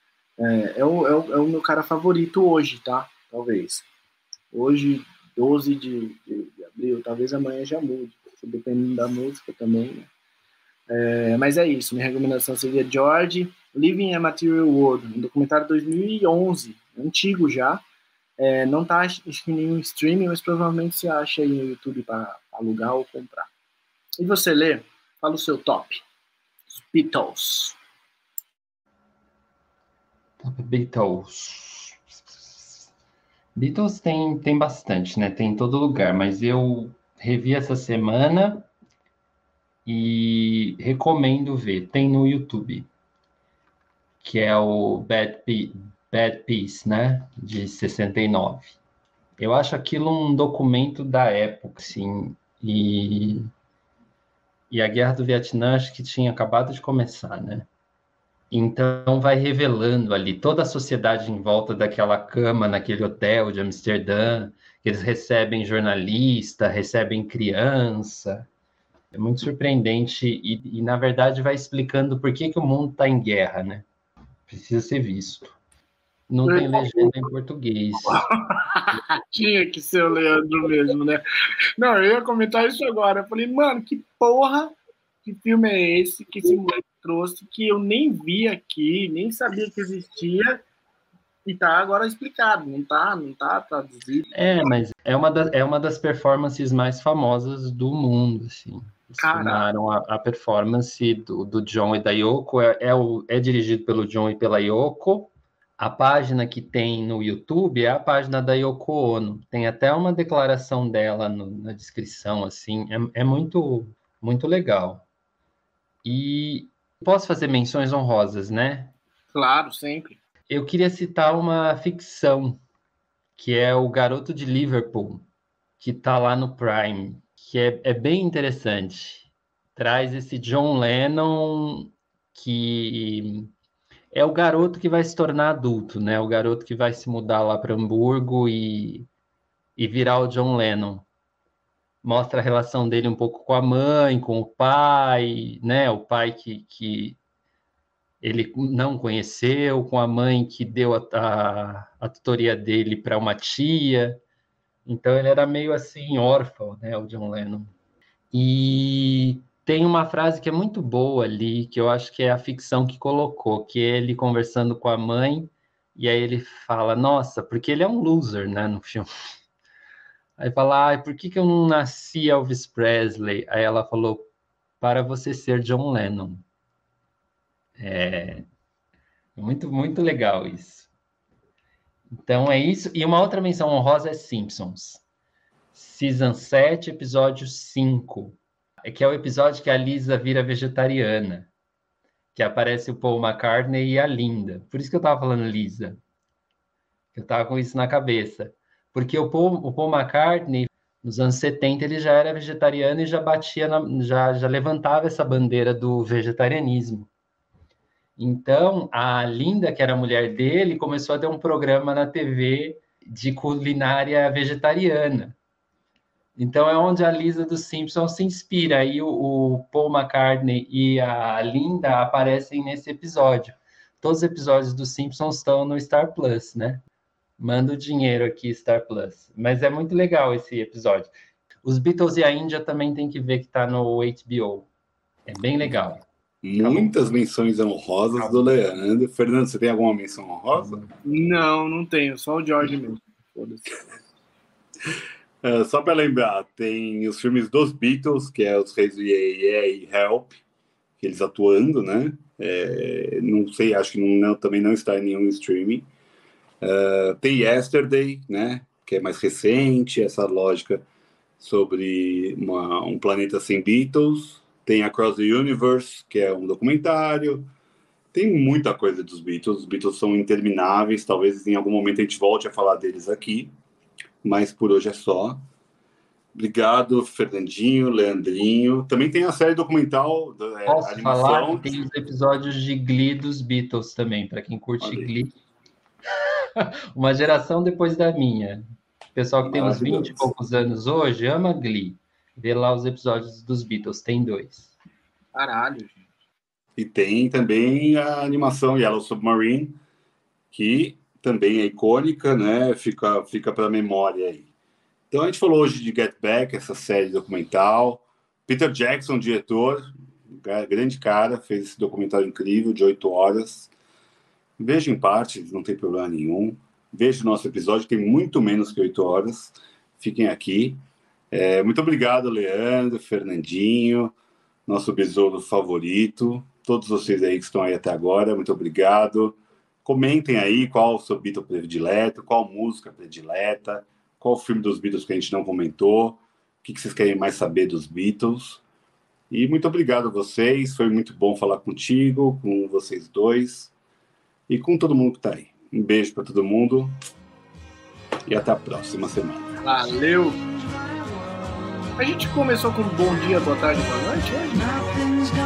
É, é, o, é, o, é o meu cara favorito hoje, tá? Talvez. Hoje, doze de, de, de abril, talvez amanhã já mude, dependendo da música também, né? É, mas é isso, minha recomendação seria George, Living a Material World, um documentário de dois mil e onze, antigo já, é, não tá em nenhum streaming, mas provavelmente você acha aí no YouTube para alugar ou comprar. E você, Lê? Fala o seu top. Os Beatles. Beatles. Beatles tem, tem bastante, né? Tem em todo lugar, mas eu revi essa semana e recomendo ver. Tem no YouTube, que é o Bad, Pe- Bad Peace, né? De sessenta e nove. Eu acho aquilo um documento da época, assim, e, e a Guerra do Vietnã acho que tinha acabado de começar, né? Então vai revelando ali toda a sociedade em volta daquela cama, naquele hotel de Amsterdã. Eles recebem jornalista, recebem criança. É muito surpreendente e, e na verdade, vai explicando por que, que o mundo está em guerra, né? Precisa ser visto. Não tem legenda em português. Tinha que ser o Leandro mesmo, né? Não, eu ia comentar isso agora. Eu falei, mano, que porra que filme é esse que esse moleque trouxe, que eu nem vi aqui, nem sabia que existia, e tá agora explicado, não tá, não tá traduzido. É, mas é uma, da, é uma das performances mais famosas do mundo, assim. Eles filmaram a, a performance do, do John e da Yoko, é, é, o, é dirigido pelo John e pela Yoko. A página que tem no YouTube é a página da Yoko Ono. Tem até uma declaração dela no, na descrição, assim, é, é muito, muito legal. E posso fazer menções honrosas, né? Claro, sempre. Eu queria citar uma ficção, que é O Garoto de Liverpool, que está lá no Prime, que é, é bem interessante. Traz esse John Lennon, que é o garoto que vai se tornar adulto, né? O garoto que vai se mudar lá para Hamburgo e, e virar o John Lennon. Mostra a relação dele um pouco com a mãe, com o pai, né? O pai que, que ele não conheceu, com a mãe que deu a, a, a tutoria dele para uma tia. Então ele era meio assim, órfão, né? O John Lennon. E Tem uma frase que é muito boa ali, que eu acho que é a ficção que colocou, que é ele conversando com a mãe, e aí ele fala, nossa, porque ele é um loser, né, no filme. Aí fala, ah, por que que eu não nasci Elvis Presley? Aí ela falou, para você ser John Lennon. É muito, muito legal isso. Então é isso. E uma outra menção honrosa é Simpsons. Season sete, episódio cinco. Que é o episódio que a Lisa vira vegetariana. Que aparece o Paul McCartney e a Linda. Por isso que eu tava falando Lisa. Eu tava com isso na cabeça. Porque o Paul, o Paul McCartney, nos anos setenta, ele já era vegetariano e já batia, na, já, já levantava essa bandeira do vegetarianismo. Então, a Linda, que era a mulher dele, começou a ter um programa na T V de culinária vegetariana. Então, é onde a Lisa dos Simpsons se inspira. Aí o, o Paul McCartney e a Linda aparecem nesse episódio. Todos os episódios dos Simpsons estão no Star Plus, né? Manda o dinheiro aqui, Star Plus. Mas é muito legal esse episódio. Os Beatles e a Índia também tem que ver que está no H B O. É bem legal. Muitas Acabou. menções honrosas Acabou. do Leandro. Fernando, você tem alguma menção honrosa? Não, não tenho. Só o George mesmo. Foda-se. É, só para lembrar, tem os filmes dos Beatles, que é Os Reis do Yeah, Yeah e Help, que eles atuando, né? É, não sei, acho que não, não, também não está em nenhum streaming. Uh, tem Yesterday, né? Que é mais recente, essa lógica sobre uma, um planeta sem Beatles. Tem Across the Universe, que é um documentário. Tem muita coisa dos Beatles. Os Beatles são intermináveis. Talvez em algum momento a gente volte a falar deles aqui. Mas por hoje é só. Obrigado, Fernandinho, Leandrinho. Também tem a série documental da é, Posso animação. falar que tem os episódios de Glee dos Beatles também, para quem curte Olha. Glee. Uma geração depois da minha. O pessoal que tem uns vinte e poucos anos hoje ama Glee. Vê lá os episódios dos Beatles, tem dois. Caralho, gente. E tem também a animação Yellow Submarine, que também é icônica, né? Fica, fica para a memória aí. Então a gente falou hoje de Get Back, essa série documental. Peter Jackson, diretor, grande cara, fez esse documentário incrível de oito horas. Veja em partes, não tem problema nenhum. Veja o nosso episódio, tem muito menos que oito horas. Fiquem aqui. É, muito obrigado, Leandro, Fernandinho, nosso besouro favorito. Todos vocês aí que estão aí até agora, muito obrigado. Comentem aí qual o seu Beatle predileto, qual música predileta, qual o filme dos Beatles que a gente não comentou, o que vocês querem mais saber dos Beatles. E muito obrigado a vocês, foi muito bom falar contigo, com vocês dois e com todo mundo que está aí. Um beijo para todo mundo e até a próxima semana. Valeu! A gente começou com bom dia, boa tarde, boa noite hoje?